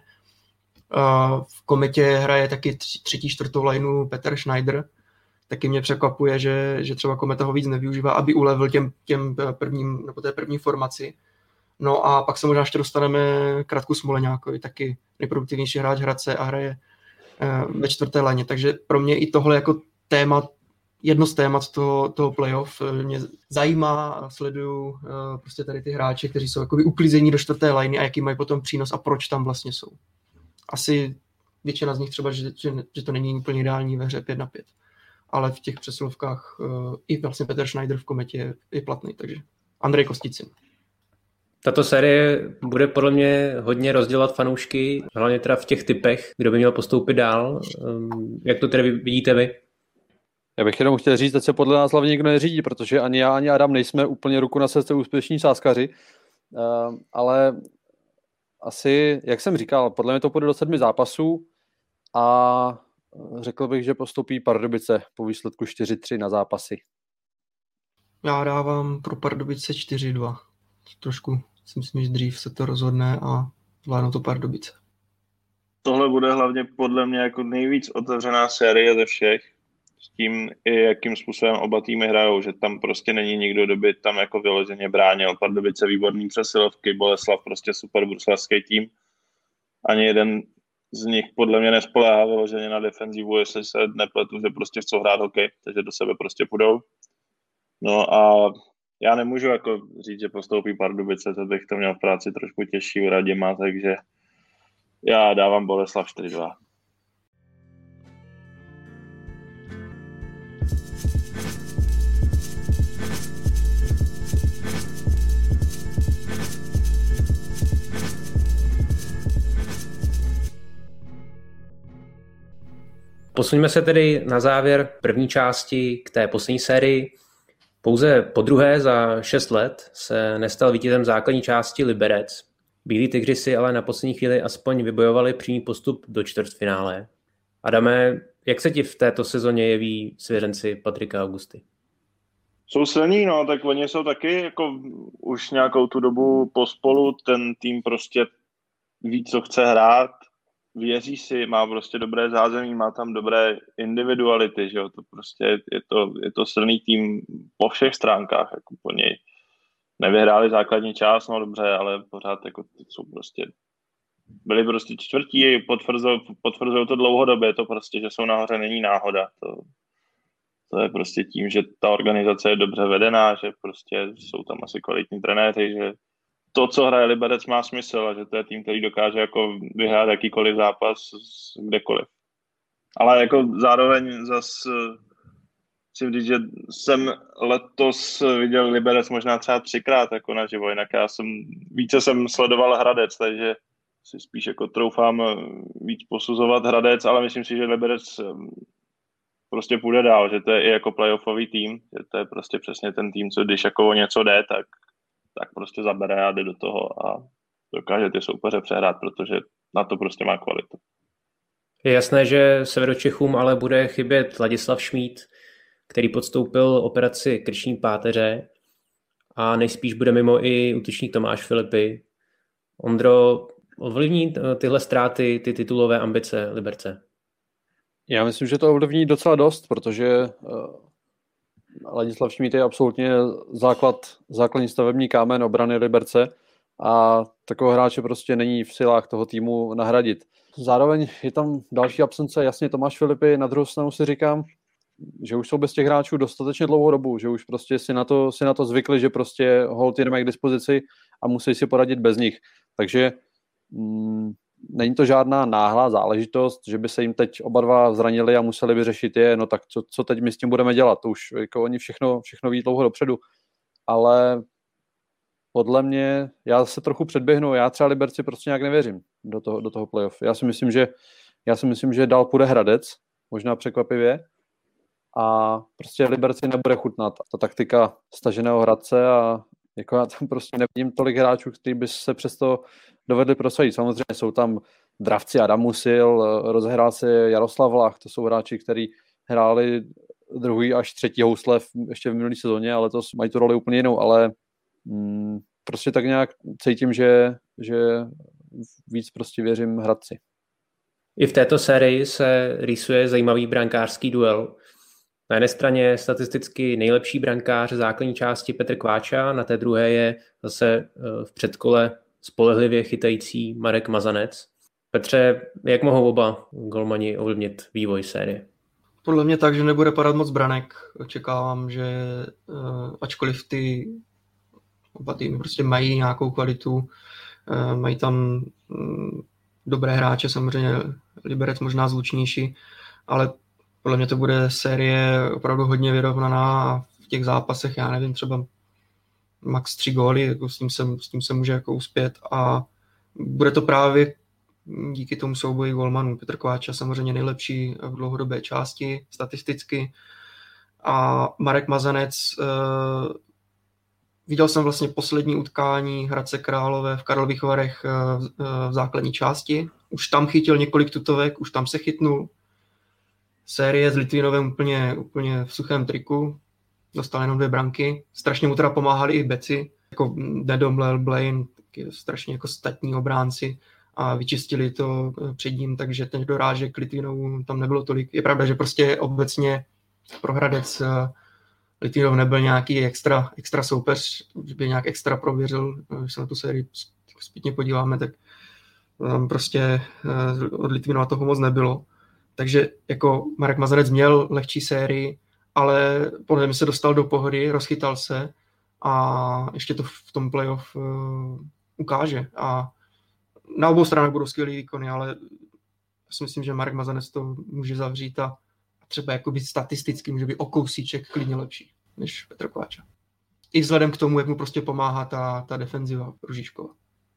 V Kometě hraje taky 3. 4. lajnu Petr Schneider. Taky mě překvapuje, že třeba Kometa ho víc nevyužívá, aby ulevil těm prvním, nebo té první formaci. No a pak se možná ještě dostaneme k Radku Smoleňákovi, taky nejproduktivnější hráč Hradce a hraje ve 4. lajně. Takže pro mě i tohle jako téma, jedno z témat toho playoff mě zajímá a sleduju prostě tady ty hráče, kteří jsou jakoby uklízení do 4. lajny a jaký mají potom přínos a proč tam vlastně jsou. Asi většina z nich třeba, že to není úplně ideální ve hře 5-5, ale v těch přesilovkách i vlastně Petr Schneider v Kometě je platný, takže Andrej Kosticin. Tato série bude podle mě hodně rozdělat fanoušky, hlavně teda v těch typech, kdo by měl postoupit dál. Jak to tedy vidíte vy? Já bych jenom chtěl říct, že se podle nás hlavně nikdo neřídí, protože ani já, ani Adam nejsme úplně ruku na srdce úspěšní sázkaři, ale asi, jak jsem říkal, podle mě to půjde do 7 zápasů a řekl bych, že postoupí Pardubice po výsledku 4-3 na zápasy. Já dávám pro Pardubice 4-2. Trošku si myslím, že dřív se to rozhodne a zvládnou to Pardubice. Tohle bude hlavně podle mě jako nejvíc otevřená série ze všech. S tím, i jakým způsobem oba týmy hrajou, že tam prostě není nikdo, kdo by tam jako vyloženě bránil. Pardubice výborný přesilovky, Boleslav prostě super bruslařský tým. Ani jeden z nich podle mě nespoléhá vyloženě na defenzivu, jestli se nepletu, že prostě chcou hrát hokej, takže do sebe prostě půjdou. No a já nemůžu jako říct, že postoupí Pardubice, to bych to měl v práci trošku těžší u Radima, takže já dávám Boleslav 4-2. Posuňme se tedy na závěr první části k té poslední sérii. Pouze podruhé za 6 let se nestal vítězem základní části Liberec. Bílí tygři si ale na poslední chvíli aspoň vybojovali přímý postup do čtvrtfinále. Adame, jak se ti v této sezóně jeví svěřenci Patrika Augusty? Jsou silní, no, tak oni jsou taky jako už nějakou tu dobu pospolu, ten tým prostě ví, co chce hrát, věří si, má prostě dobré zázemí, má tam dobré individuality, že jo, to prostě je to silný tým po všech stránkách, jako po něj. Nevyhráli základní část, no dobře, ale pořád jako jsou prostě, byli prostě čtvrtí, potvrzují to dlouhodobě, to prostě, že jsou nahoře, není náhoda, to je prostě tím, že ta organizace je dobře vedená, že prostě jsou tam asi kvalitní trenéři, že to, co hraje Liberec, má smysl a že to je tým, který dokáže jako vyhrát jakýkoliv zápas kdekoliv. Ale jako zároveň zase chci říct, že jsem letos viděl Liberec možná třeba 3krát jako naživo, jinak více jsem sledoval Hradec, takže si spíš jako troufám víc posuzovat Hradec, ale myslím si, že Liberec prostě půjde dál, že to je i jako playoffový tým, že to je prostě přesně ten tým, co když jako o něco jde, tak prostě zabere a jde do toho a dokáže ty soupeře přehrát, protože na to prostě má kvalitu. Je jasné, že Severočechům ale bude chybět Ladislav Šmíd, který podstoupil operaci krční páteře a nejspíš bude mimo i útočník Tomáš Filipy. Ondro, Ovlivní tyhle ztráty, ty titulové ambice Liberce? Já myslím, že to ovlivní docela dost, protože Ladislav Šmíd je absolutně základní stavební kámen obrany Liberce a takového hráče prostě není v silách toho týmu nahradit. Zároveň je tam další absence, jasně Tomáš Filipy, na druhou stranu si říkám, že už jsou bez těch hráčů dostatečně dlouhou dobu, že už prostě si na to zvykli, že prostě hold jen mají k dispozici a musí si poradit bez nich. Takže není to žádná náhlá záležitost, že by se jim teď oba dva zranili a museli by řešit je, no tak co teď my s tím budeme dělat? To už jako oni všechno ví dlouho dopředu. Ale podle mě, já se trochu předběhnu, já třeba Liberci prostě nějak nevěřím do toho playoff. Já si myslím, že dál půjde Hradec, možná překvapivě, a prostě Liberci nebude chutnat ta taktika staženého Hradce a jako já tam prostě nevidím tolik hráčů, kteří by se přesto dovedli prosadit. Samozřejmě jsou tam dravci Adam Musil, rozehrál se Jaroslav Vlach, to jsou hráči, kteří hráli druhý až třetí housle ještě v minulý sezóně, ale to mají tu roli úplně jinou, ale prostě tak nějak cítím, že víc prostě věřím Hradci. I v této sérii se rýsuje zajímavý brankářský duel. Na jedné straně statisticky nejlepší brankář základní části Petr Kváča, na té druhé je zase v předkole spolehlivě chytající Marek Mazanec. Petře, jak mohou oba golmani ovlivnit vývoj série? Podle mě tak, že nebude padat moc branek. Očekávám, že ačkoliv ty oba týmy prostě mají nějakou kvalitu, mají tam dobré hráče, samozřejmě Liberec možná zvučnější, ale podle mě to bude série opravdu hodně vyrovnaná a v těch zápasech, já nevím, třeba max 3 góly, jako s tím se může jako uspět a bude to právě díky tomu souboji golmanů. Petr Kváča samozřejmě nejlepší v dlouhodobé části statisticky a Marek Mazanec, viděl jsem vlastně poslední utkání Hradce Králové v Karlových Varech v základní části. Už tam chytil několik tutovek, už tam se chytnul. Série s Litvinovem úplně v suchém triku. Dostal jenom 2 branky. Strašně mu teda pomáhali i beci, jako Nedomlel, Blaine, taky strašně jako statní obránci a vyčistili to před ním, takže ten dorážek Litvinovu tam nebylo tolik. Je pravda, že prostě obecně pro Hradec Litvinov nebyl nějaký extra soupeř, že by nějak extra prověřil. Když se na tu sérii zpětně podíváme, tak tam prostě od Litvinova toho moc nebylo. Takže jako Marek Mazanec měl lehčí sérii, ale podle mě se dostal do pohody, rozchytal se a ještě to v tom playoff ukáže. A na obou stranách budou skvělý výkony, ale já si myslím, že Marek Mazanec to může zavřít a třeba jako být statisticky může být o kousíček klidně lepší než Petr Kváča. I vzhledem k tomu, jak mu prostě pomáhá ta defenziva Ružičkova.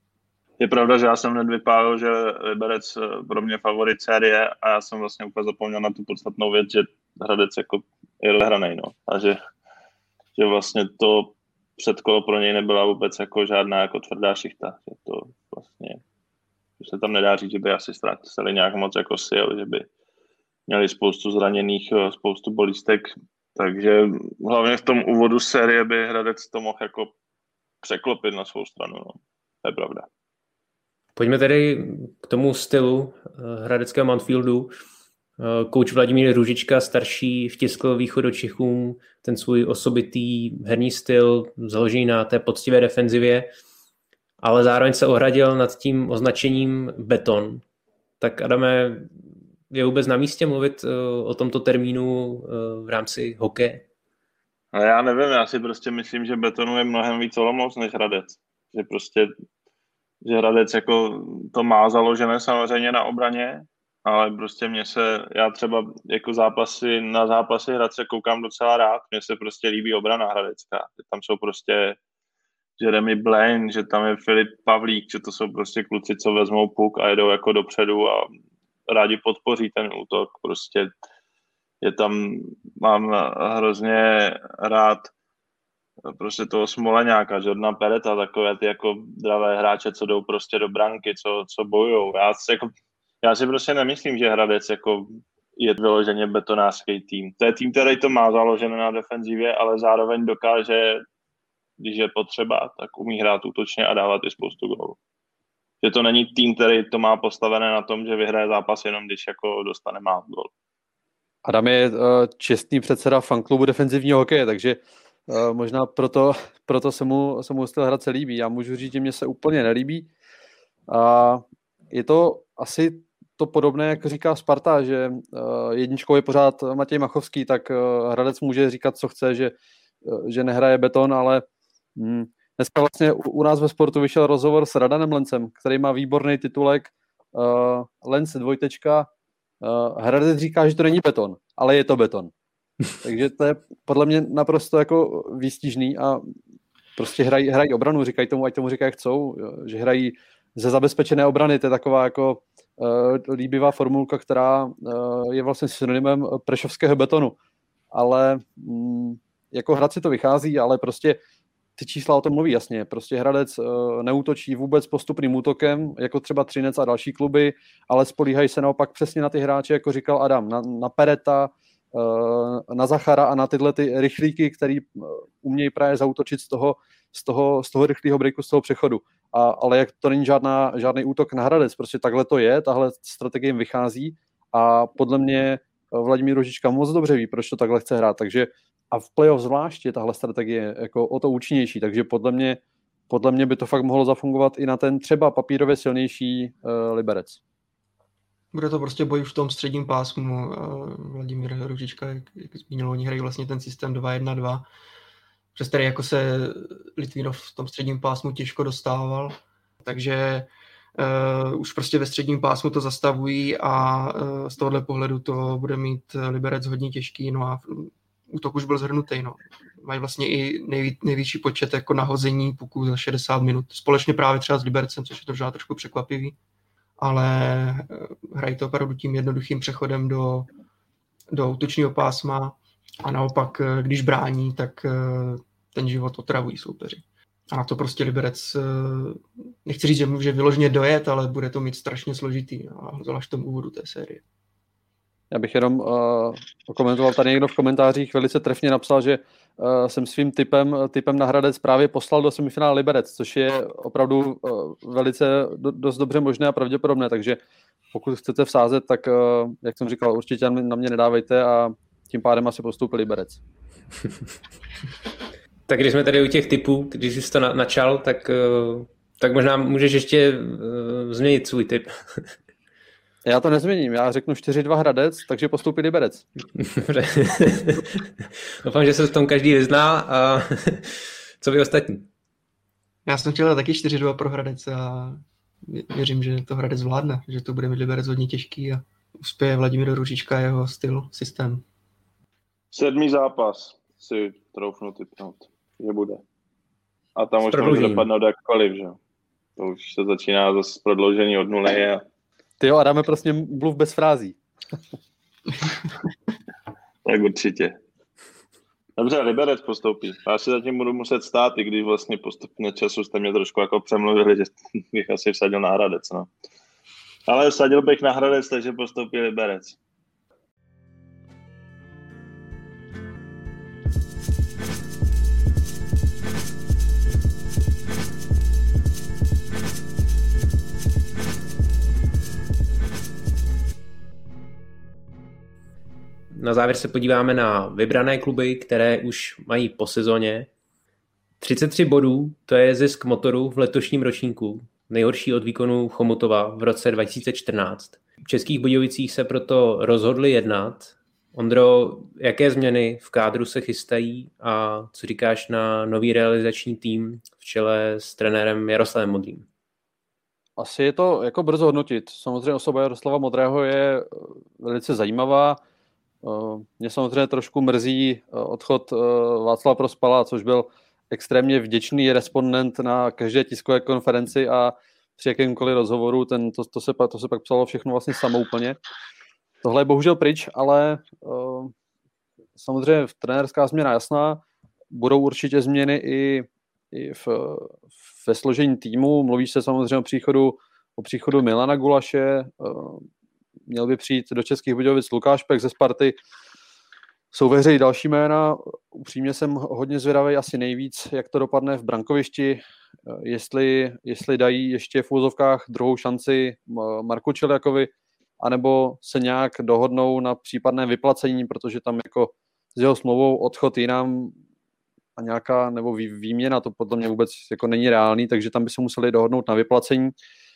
Je pravda, že já jsem hned vypálil, že Liberec pro mě favorit série a já jsem vlastně úplně zapomněl na tu podstatnou věc, že Hradec jako je rozhranej, no. A že vlastně to předkolo pro něj nebyla vůbec jako žádná jako tvrdá šichta. Že to vlastně, že se tam nedá říct, že by asi ztratili nějak moc jako sil, že by měli spoustu zraněných, spoustu bolístek, takže hlavně v tom úvodu série by Hradec to mohl jako překlopit na svou stranu, no. To je pravda. Pojďme tedy k tomu stylu hradeckého Mountfieldu. Kouč Vladimír Růžička starší vtiskl Východočechům ten svůj osobitý herní styl, založený na té poctivé defenzivě, ale zároveň se ohradil nad tím označením beton. Tak Adame, je vůbec na místě mluvit o tomto termínu v rámci hokeje? Ale já nevím, já si prostě myslím, že betonu je mnohem víc Olomouc než Hradec. Že Hradec jako to má založené samozřejmě na obraně, ale prostě já třeba jako na zápasy Hradce koukám docela rád, mně se prostě líbí obrana hradecká, tam jsou prostě Jeremy Blaine, že tam je Filip Pavlík, že to jsou prostě kluci, co vezmou puk a jedou jako dopředu a rádi podpoří ten útok, prostě mám hrozně rád prostě toho Smoleňáka, Jordana Pereta, takové ty jako dravé hráče, co jdou prostě do branky, co bojujou. Já si prostě nemyslím, že Hradec jako je vyloženě betonářský tým. To je tým, který to má založené na defenzivě, ale zároveň dokáže, když je potřeba, tak umí hrát útočně a dávat i spoustu gólů. Že to není tým, který to má postavené na tom, že vyhraje zápas jenom, když jako dostane má gol. Adam je čestný předseda fanklubu defenzivního hokeje, takže možná proto se mu styl Hradce líbí. Já můžu říct, že mě se úplně nelíbí. A je to asi to podobné, jak říká Sparta, že jedničkou je pořád Matěj Machovský, tak Hradec může říkat, co chce, že nehraje beton, ale dneska vlastně u nás ve Sportu vyšel rozhovor s Radanem Lencem, který má výborný titulek Lenc dvojtečka. Hradec říká, že to není beton, ale je to beton. Takže to je podle mě naprosto jako výstižný a prostě hrají obranu, říkají tomu, ať tomu říkají, jak chcou, že hrají ze zabezpečené obrany, to je taková jako líbivá formulka, která je vlastně synonymem prešovského betonu. Ale jako Hradci to vychází, ale prostě ty čísla o tom mluví jasně. Prostě Hradec neútočí vůbec postupným útokem, jako třeba Třinec a další kluby, ale spolíhají se naopak přesně na ty hráče, jako říkal Adam, na Pereta, na Zachara a na tyhle ty rychlíky, který umějí právě zaútočit z toho rychlého breaku, z toho přechodu. Ale jak to není žádný útok na Hradec, prostě takhle to je, tahle strategie jim vychází a podle mě Vladimír Růžička moc dobře ví, proč to takhle chce hrát, takže a v playoff zvlášť je tahle strategie jako o to účinnější, takže podle mě by to fakt mohlo zafungovat i na ten třeba papírově silnější Liberec. Bude to prostě boj v tom středním pásmu. Vladimír Růžička, jak zmínil, oni hrají vlastně ten systém 2-1-2, přes který jako se Litvínov v tom středním pásmu těžko dostával, takže už prostě ve středním pásmu to zastavují a z tohohle pohledu to bude mít Liberec hodně těžký, no a útok už byl zhrnutý, no. Mají vlastně i největší počet jako nahození puků za 60 minut, společně právě třeba s Libercem, což je to možná trošku překvapivý, ale hrají to opravdu tím jednoduchým přechodem do útočního pásma a naopak, když brání, tak ten život otravují soupeři. A na to prostě Liberec, nechci říct, že může vyloženě dojet, ale bude to mít strašně složitý, a zvlášť v tom úvodu té série. Já bych jenom komentoval, tady někdo v komentářích velice trefně napsal, že jsem svým typem na Hradec právě poslal do semifinále Liberec, což je opravdu velice dost dobře možné a pravděpodobné, takže pokud chcete vsázet, tak jak jsem říkal, určitě na mě nedávejte a tím pádem asi postoupil Liberec. Tak když jsme tady u těch typů, když jsi to načal, tak možná můžeš ještě změnit svůj typ. Já to nezměním, já řeknu 4-2 Hradec, takže postoupí Liberec. Doufám, že se v tom každý vyzná a co vy ostatní? Já jsem chtěl taky 4-2 pro Hradec a věřím, že to Hradec zvládne, že to bude mít Liberec hodně těžký a uspěje Vladimír Růžička jeho styl, systém. 7. zápas si troufnu tipnout, že bude. A tam už může dopadnout jakkoliv, že? To už se začíná zase prodloužení od nuly a Tyjo, a dáme prostě mluv bez frází. Tak určitě. Dobře, Liberec postoupí. Já si zatím budu muset stát, i když vlastně postupně času jste mě trošku jako přemluvili, že bych asi vsadil na Hradec. No. Ale vsadil bych na Hradec, takže postoupí Liberec. Na závěr se podíváme na vybrané kluby, které už mají po sezóně. 33 bodů, to je zisk Motoru v letošním ročníku, nejhorší od výkonu Chomutova v roce 2014. V Českých Budějovicích se proto rozhodli jednat. Ondro, jaké změny v kádru se chystají a co říkáš na nový realizační tým v čele s trenérem Jaroslavem Modrým? Asi je to jako brzo hodnotit. Samozřejmě osoba Jaroslava Modrého je velice zajímavá. Mě samozřejmě trošku mrzí odchod Václava Prospala, což byl extrémně vděčný respondent na každé tiskové konferenci a při jakémkoliv rozhovoru, to se pak psalo všechno vlastně samo úplně. Tohle je bohužel pryč, ale samozřejmě trenérská změna jasná. Budou určitě změny i ve složení týmu. Mluví se samozřejmě o příchodu Milana Gulaše. Měl by přijít do Českých Budějovic Lukáš Pek ze Sparty. Jsou ve hře i další jména. Upřímně jsem hodně zvědavý asi nejvíc, jak to dopadne v brankovišti, jestli dají ještě v úvozovkách druhou šanci Marku Čeljakovi, anebo se nějak dohodnou na případném vyplacení, protože tam jako s jeho smlouvou odchod jinam a nějaká nebo výměna, to podle mě vůbec jako není reálný, takže tam by se museli dohodnout na vyplacení,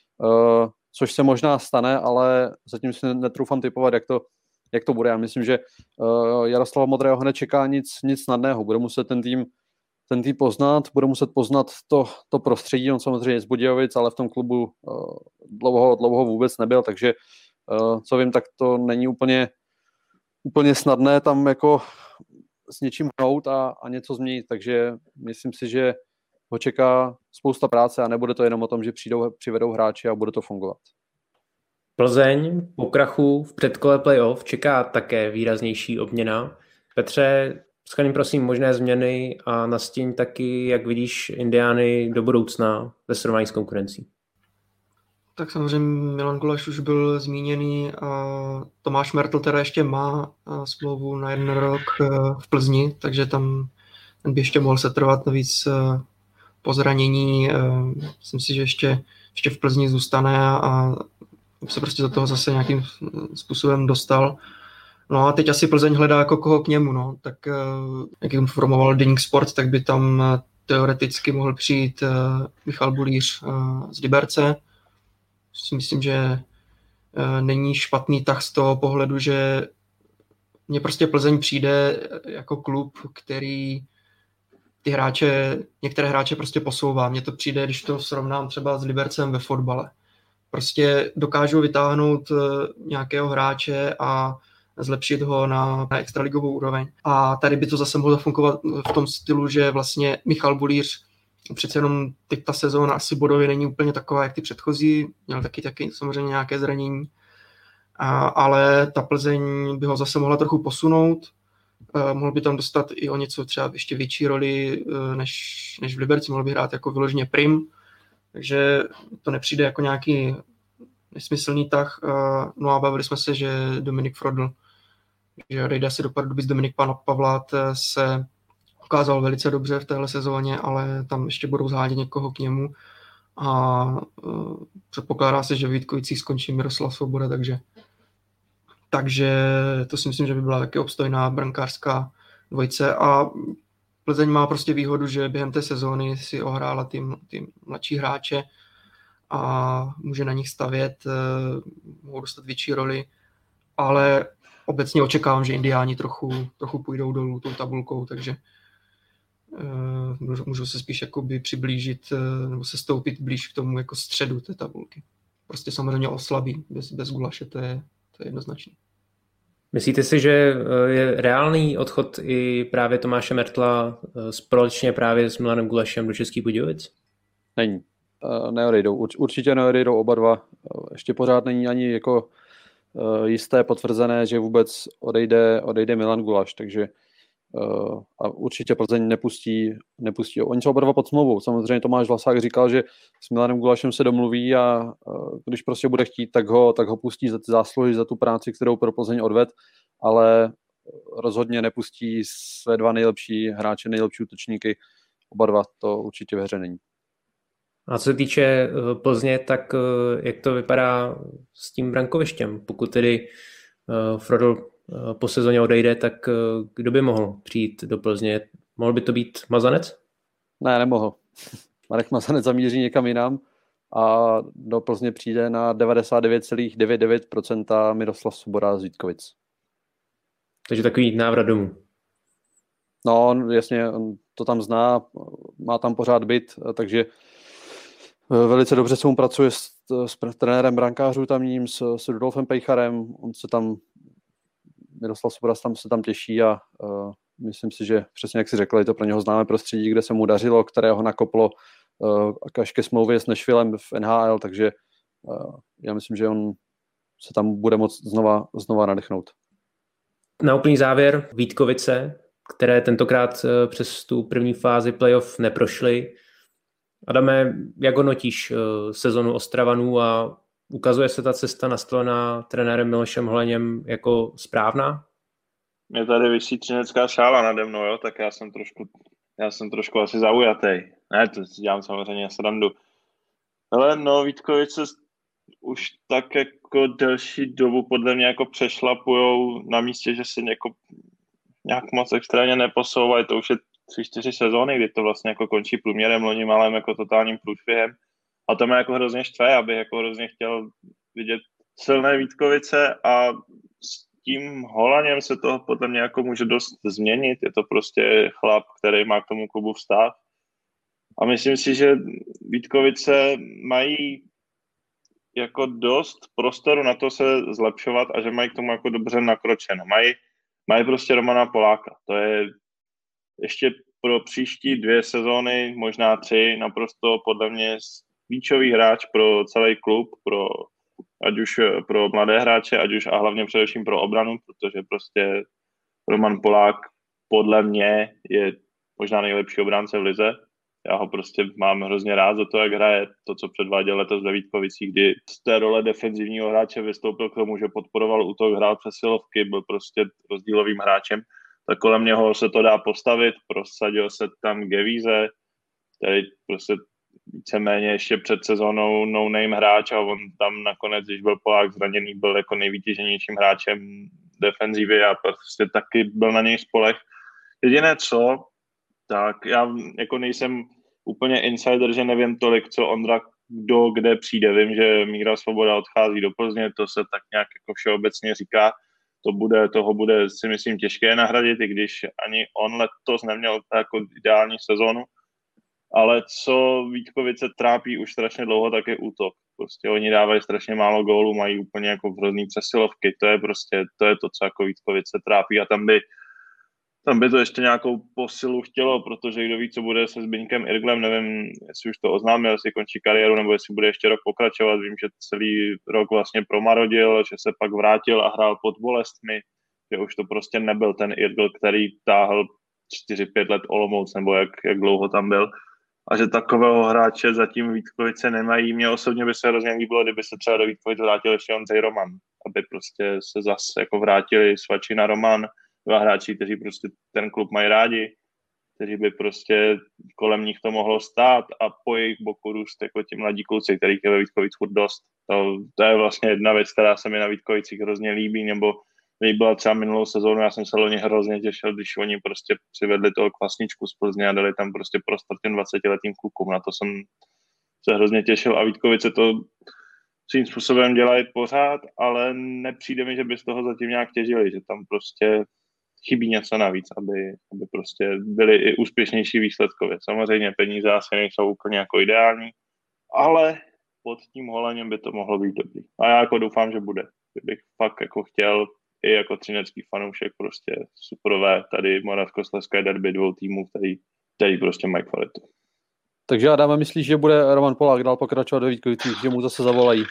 což se možná stane, ale zatím si netroufám typovat, jak to bude. Já myslím, že Jaroslava Modrého nečeká nic snadného. Bude muset ten tým bude muset poznat to prostředí. On samozřejmě je z Budějovic, ale v tom klubu dlouho vůbec nebyl, takže co vím, tak to není úplně snadné tam jako s něčím hnout a něco změnit, takže myslím si, že ho čeká spousta práce a nebude to jenom o tom, že přivedou hráči a bude to fungovat. Plzeň po krachu v předkole playoff čeká také výraznější obměna. Petře, shrň prosím možné změny a nastíň taky, jak vidíš Indiány do budoucna ve srovnání s konkurencí. Tak samozřejmě Milan Gulaš už byl zmíněný a Tomáš Mertl teda ještě má smlouvu na 1 rok v Plzni, takže tam by ještě mohl setrvat, navíc po zranění. Myslím si, že ještě v Plzni zůstane a se prostě do toho zase nějakým způsobem dostal. No a teď asi Plzeň hledá jako koho k němu, no. Tak jak informoval Deník Sport, tak by tam teoreticky mohl přijít Michal Bulíř z Liberce. Myslím, že není špatný tah z toho pohledu, že mně prostě Plzeň přijde jako klub, který některé hráče prostě posouvá. Mně to přijde, když to srovnám třeba s Libercem ve fotbale. Prostě dokážou vytáhnout nějakého hráče a zlepšit ho na extraligovou úroveň. A tady by to zase mohlo fungovat v tom stylu, že vlastně Michal Bulíř přece jenom teď ta sezóna asi bodově není úplně taková, jak ty předchozí, měl taky samozřejmě nějaké zranění, ale ta Plzeň by ho zase mohla trochu posunout, mohl by tam dostat i o něco třeba ještě větší roli než v Liberci, mohl by hrát jako vyloženě prim, takže to nepřijde jako nějaký nesmyslný tah. No a bavili jsme se, že Dominik Frodl, že odejde asi do Pardubic. Dominik Pavlát se ukázal velice dobře v téhle sezóně, ale tam ještě budou zhádět někoho k němu a předpokládá se, že v Vítkovicích skončí Miroslav Svoboda, takže to si myslím, že by byla taky obstojná brankářská dvojice a Plzeň má prostě výhodu, že během té sezóny si ohrála ty mladší hráče a může na nich stavět, mohou dostat větší roli, ale obecně očekávám, že Indiáni trochu půjdou dolů tou tabulkou, takže můžou se spíš jakoby přiblížit nebo se stoupit blíž k tomu jako středu té tabulky. Prostě samozřejmě oslabí, bez Gulaše, to je jednoznačné. Myslíte si, že je reálný odchod i právě Tomáše Mertla společně právě s Milanem Gulašem do Českých Budějovic? Není. Neodejdou. Určitě neodejdou oba dva. Ještě pořád není ani jako jisté potvrzené, že vůbec odejde Milan Gulaš, takže a určitě Plzeň nepustí. Oni jsou oba dva pod smlouvou. Samozřejmě Tomáš Vlasák říkal, že s Milanem Gulašem se domluví a když prostě bude chtít, tak ho pustí za ty zásluhy, za tu práci, kterou pro Plzeň odved, ale rozhodně nepustí své dva nejlepší hráče, nejlepší útočníky. Oba dva, to určitě ve hře není. A co se týče Plzně, tak jak to vypadá s tím brankovištěm? Pokud tedy Frodl po sezóně odejde, tak kdo by mohl přijít do Plzně? Mohl by to být Mazanec? Ne, nemohl. Marek Mazanec zamíří někam jinam a do Plzně přijde na 99,99% Miroslav Svoboda z Vítkovic. Takže takový návrat domů. No, jasně, on to tam zná, má tam pořád byt, takže velice dobře se mu pracuje s trenérem brankářů tamním, s Rudolfem Pejcharem, Miroslav Svoboda se tam těší a myslím si, že přesně jak si řekl, je to pro něho známé prostředí, kde se mu dařilo, které ho nakoplo až ke smlouvě s Nashvillem v NHL, takže já myslím, že on se tam bude moct znova nadechnout. Na úplný závěr Vítkovice, které tentokrát přes tu první fázi playoff neprošly. Adame, jak hodnotíš sezonu Ostravanů a ukazuje se ta cesta nastolená trenérem Milošem Holeněm jako správná? Mě tady visí třinecká šála nade mnou, jo? Tak já jsem trošku asi zaujatý. Ne, to si dělám samozřejmě srandu. Ale no, Vítkovice už tak jako delší dobu podle mě jako přešlapujou na místě, že se nějak moc extrémně neposouvají. To už je 3-4 sezóny, kdy to vlastně jako končí průměrem, loni malém jako totálním průšvihem. A to mě jako hrozně štve, abych jako hrozně chtěl vidět silné Vítkovice a s tím Holaněm se to podle mě jako může dost změnit. Je to prostě chlap, který má k tomu klubu vztah. A myslím si, že Vítkovice mají jako dost prostoru na to se zlepšovat a že mají k tomu jako dobře nakročeno. Mají prostě Romana Poláka. To je ještě pro příští 2 sezóny, možná 3, naprosto podle mě klíčový hráč pro celý klub, ať už pro mladé hráče, ať už a hlavně především pro obranu, protože prostě Roman Polák podle mě je možná nejlepší obránce v lize. Já ho prostě mám hrozně rád za to, jak hraje, to, co předváděl letos ve Vítkovicích, kdy z té role defenzivního hráče vystoupil k tomu, že podporoval útok, hrál přesilovky, byl prostě rozdílovým hráčem. Tak kolem něho se to dá postavit, prosadil se tam Gevíze, který prostě víceméně ještě před sezónou no-name hráč a on tam nakonec, když byl Polák zraněný, byl jako nejvytíženějším hráčem defenzivy a prostě taky byl na něj spoleh. Jediné co, tak já jako nejsem úplně insider, že nevím tolik, co Ondra kde přijde. Vím, že Míra Svoboda odchází do Plzně, to se tak nějak jako všeobecně říká. Toho bude si myslím těžké nahradit, i když ani on letos neměl jako ideální sezónu. Ale co Vítkovice trápí už strašně dlouho, tak je útok. Prostě oni dávají strašně málo gólů, mají úplně jako hrozný přesilovky. To je to, co jako Vítkovice trápí a tam by to ještě nějakou posilu chtělo, protože kdo ví, co bude se Zbyňkem Irglem, nevím, jestli už to oznámil, jestli končí kariéru, nebo jestli bude ještě rok pokračovat. Vím, že celý rok vlastně promarodil, že se pak vrátil a hrál pod bolestmi, že už to prostě nebyl ten Irgl, který táhl 4-5 let Olomouc, nebo jak dlouho tam byl. A že takového hráče zatím Vítkovice nemají. Mně osobně by se hrozně líbilo, kdyby se třeba do Vítkovic vrátil ještě Ondřej Roman, aby prostě se zase jako vrátili Svačina Roman, 2 hráči, kteří prostě ten klub mají rádi, kteří by prostě kolem nich to mohlo stát a po jejich boku růst jako ti mladí kluci, kterých je ve Vítkovicích furt dost. To je vlastně jedna věc, která se mi na Vítkovicích hrozně líbí, nebo líbila třeba minulou sezónu, já jsem se loni hrozně těšil, když oni prostě přivedli toho Kvasničku z Plzně a dali tam prostě prostor těm 20letým klukům. Na to jsem se hrozně těšil a Vítkovice to svým způsobem dělají pořád, ale nepřijde mi, že by z toho zatím nějak těžili, že tam prostě chybí něco navíc, aby prostě byli i úspěšnější výsledkově. Samozřejmě peníze asi nejsou úplně jako ideální, ale pod tím Holaněm by to mohlo být dobrý. A já jako doufám, že bude. Kdybych fakt jako chtěl i jako třinecký fanoušek prostě superové tady moravskoslezské derby 2 týmů, který prostě mají kvalitu. Takže Adame, myslíš, že bude Roman Polák dál pokračovat do Vítkovicích, že mu zase zavolají?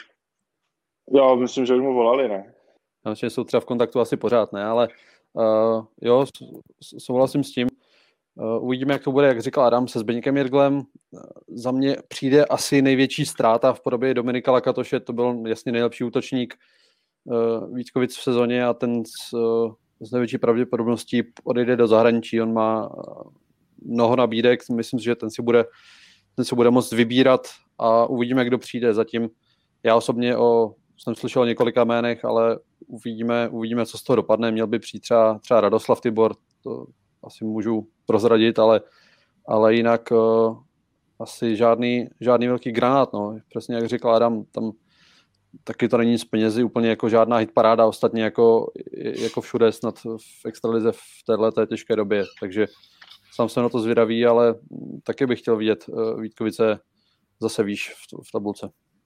Já myslím, že už mu volali, ne? Já myslím, že jsou třeba v kontaktu asi pořád, ne, ale jo, souhlasím s tím. Uvidíme, jak to bude, jak říkal Adam, se Zbyňkem Jirglem. Za mě přijde asi největší ztráta v podobě Dominika Lakatoše, to byl jasně nejlepší útočník Vítkovic v sezóně a ten s největší pravděpodobností odejde do zahraničí. On má mnoho nabídek, myslím si, že ten si bude moct vybírat a uvidíme, kdo přijde. Zatím já osobně jsem slyšel o několika jménech, ale uvidíme, co z toho dopadne. Měl by přijít třeba Radoslav Tibor, to asi můžu prozradit, ale jinak asi žádný velký granát. No. Přesně jak říkal Adam, tam taky to není z penězi úplně jako žádná hitparáda, ostatně jako všude snad v extralize v této těžké době. Takže sám jsem na to zvědavý, ale taky bych chtěl vidět Vítkovice zase výš v tabulce.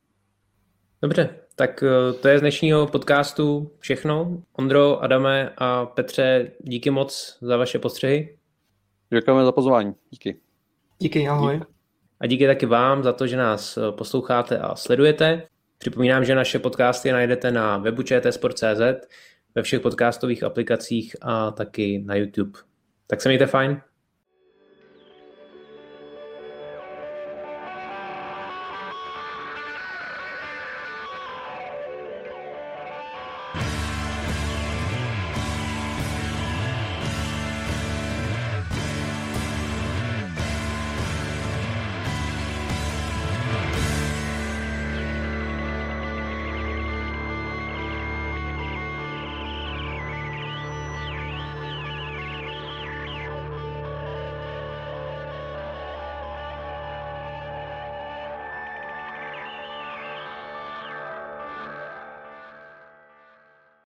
Dobře, tak to je z dnešního podcastu všechno. Ondro, Adame a Petře, díky moc za vaše postřehy. Děkujeme za pozvání. Díky. Díky, ahoj. A díky taky vám za to, že nás posloucháte a sledujete. Připomínám, že naše podcasty najdete na webu čtsport.cz, ve všech podcastových aplikacích a taky na YouTube. Tak se mějte fajn.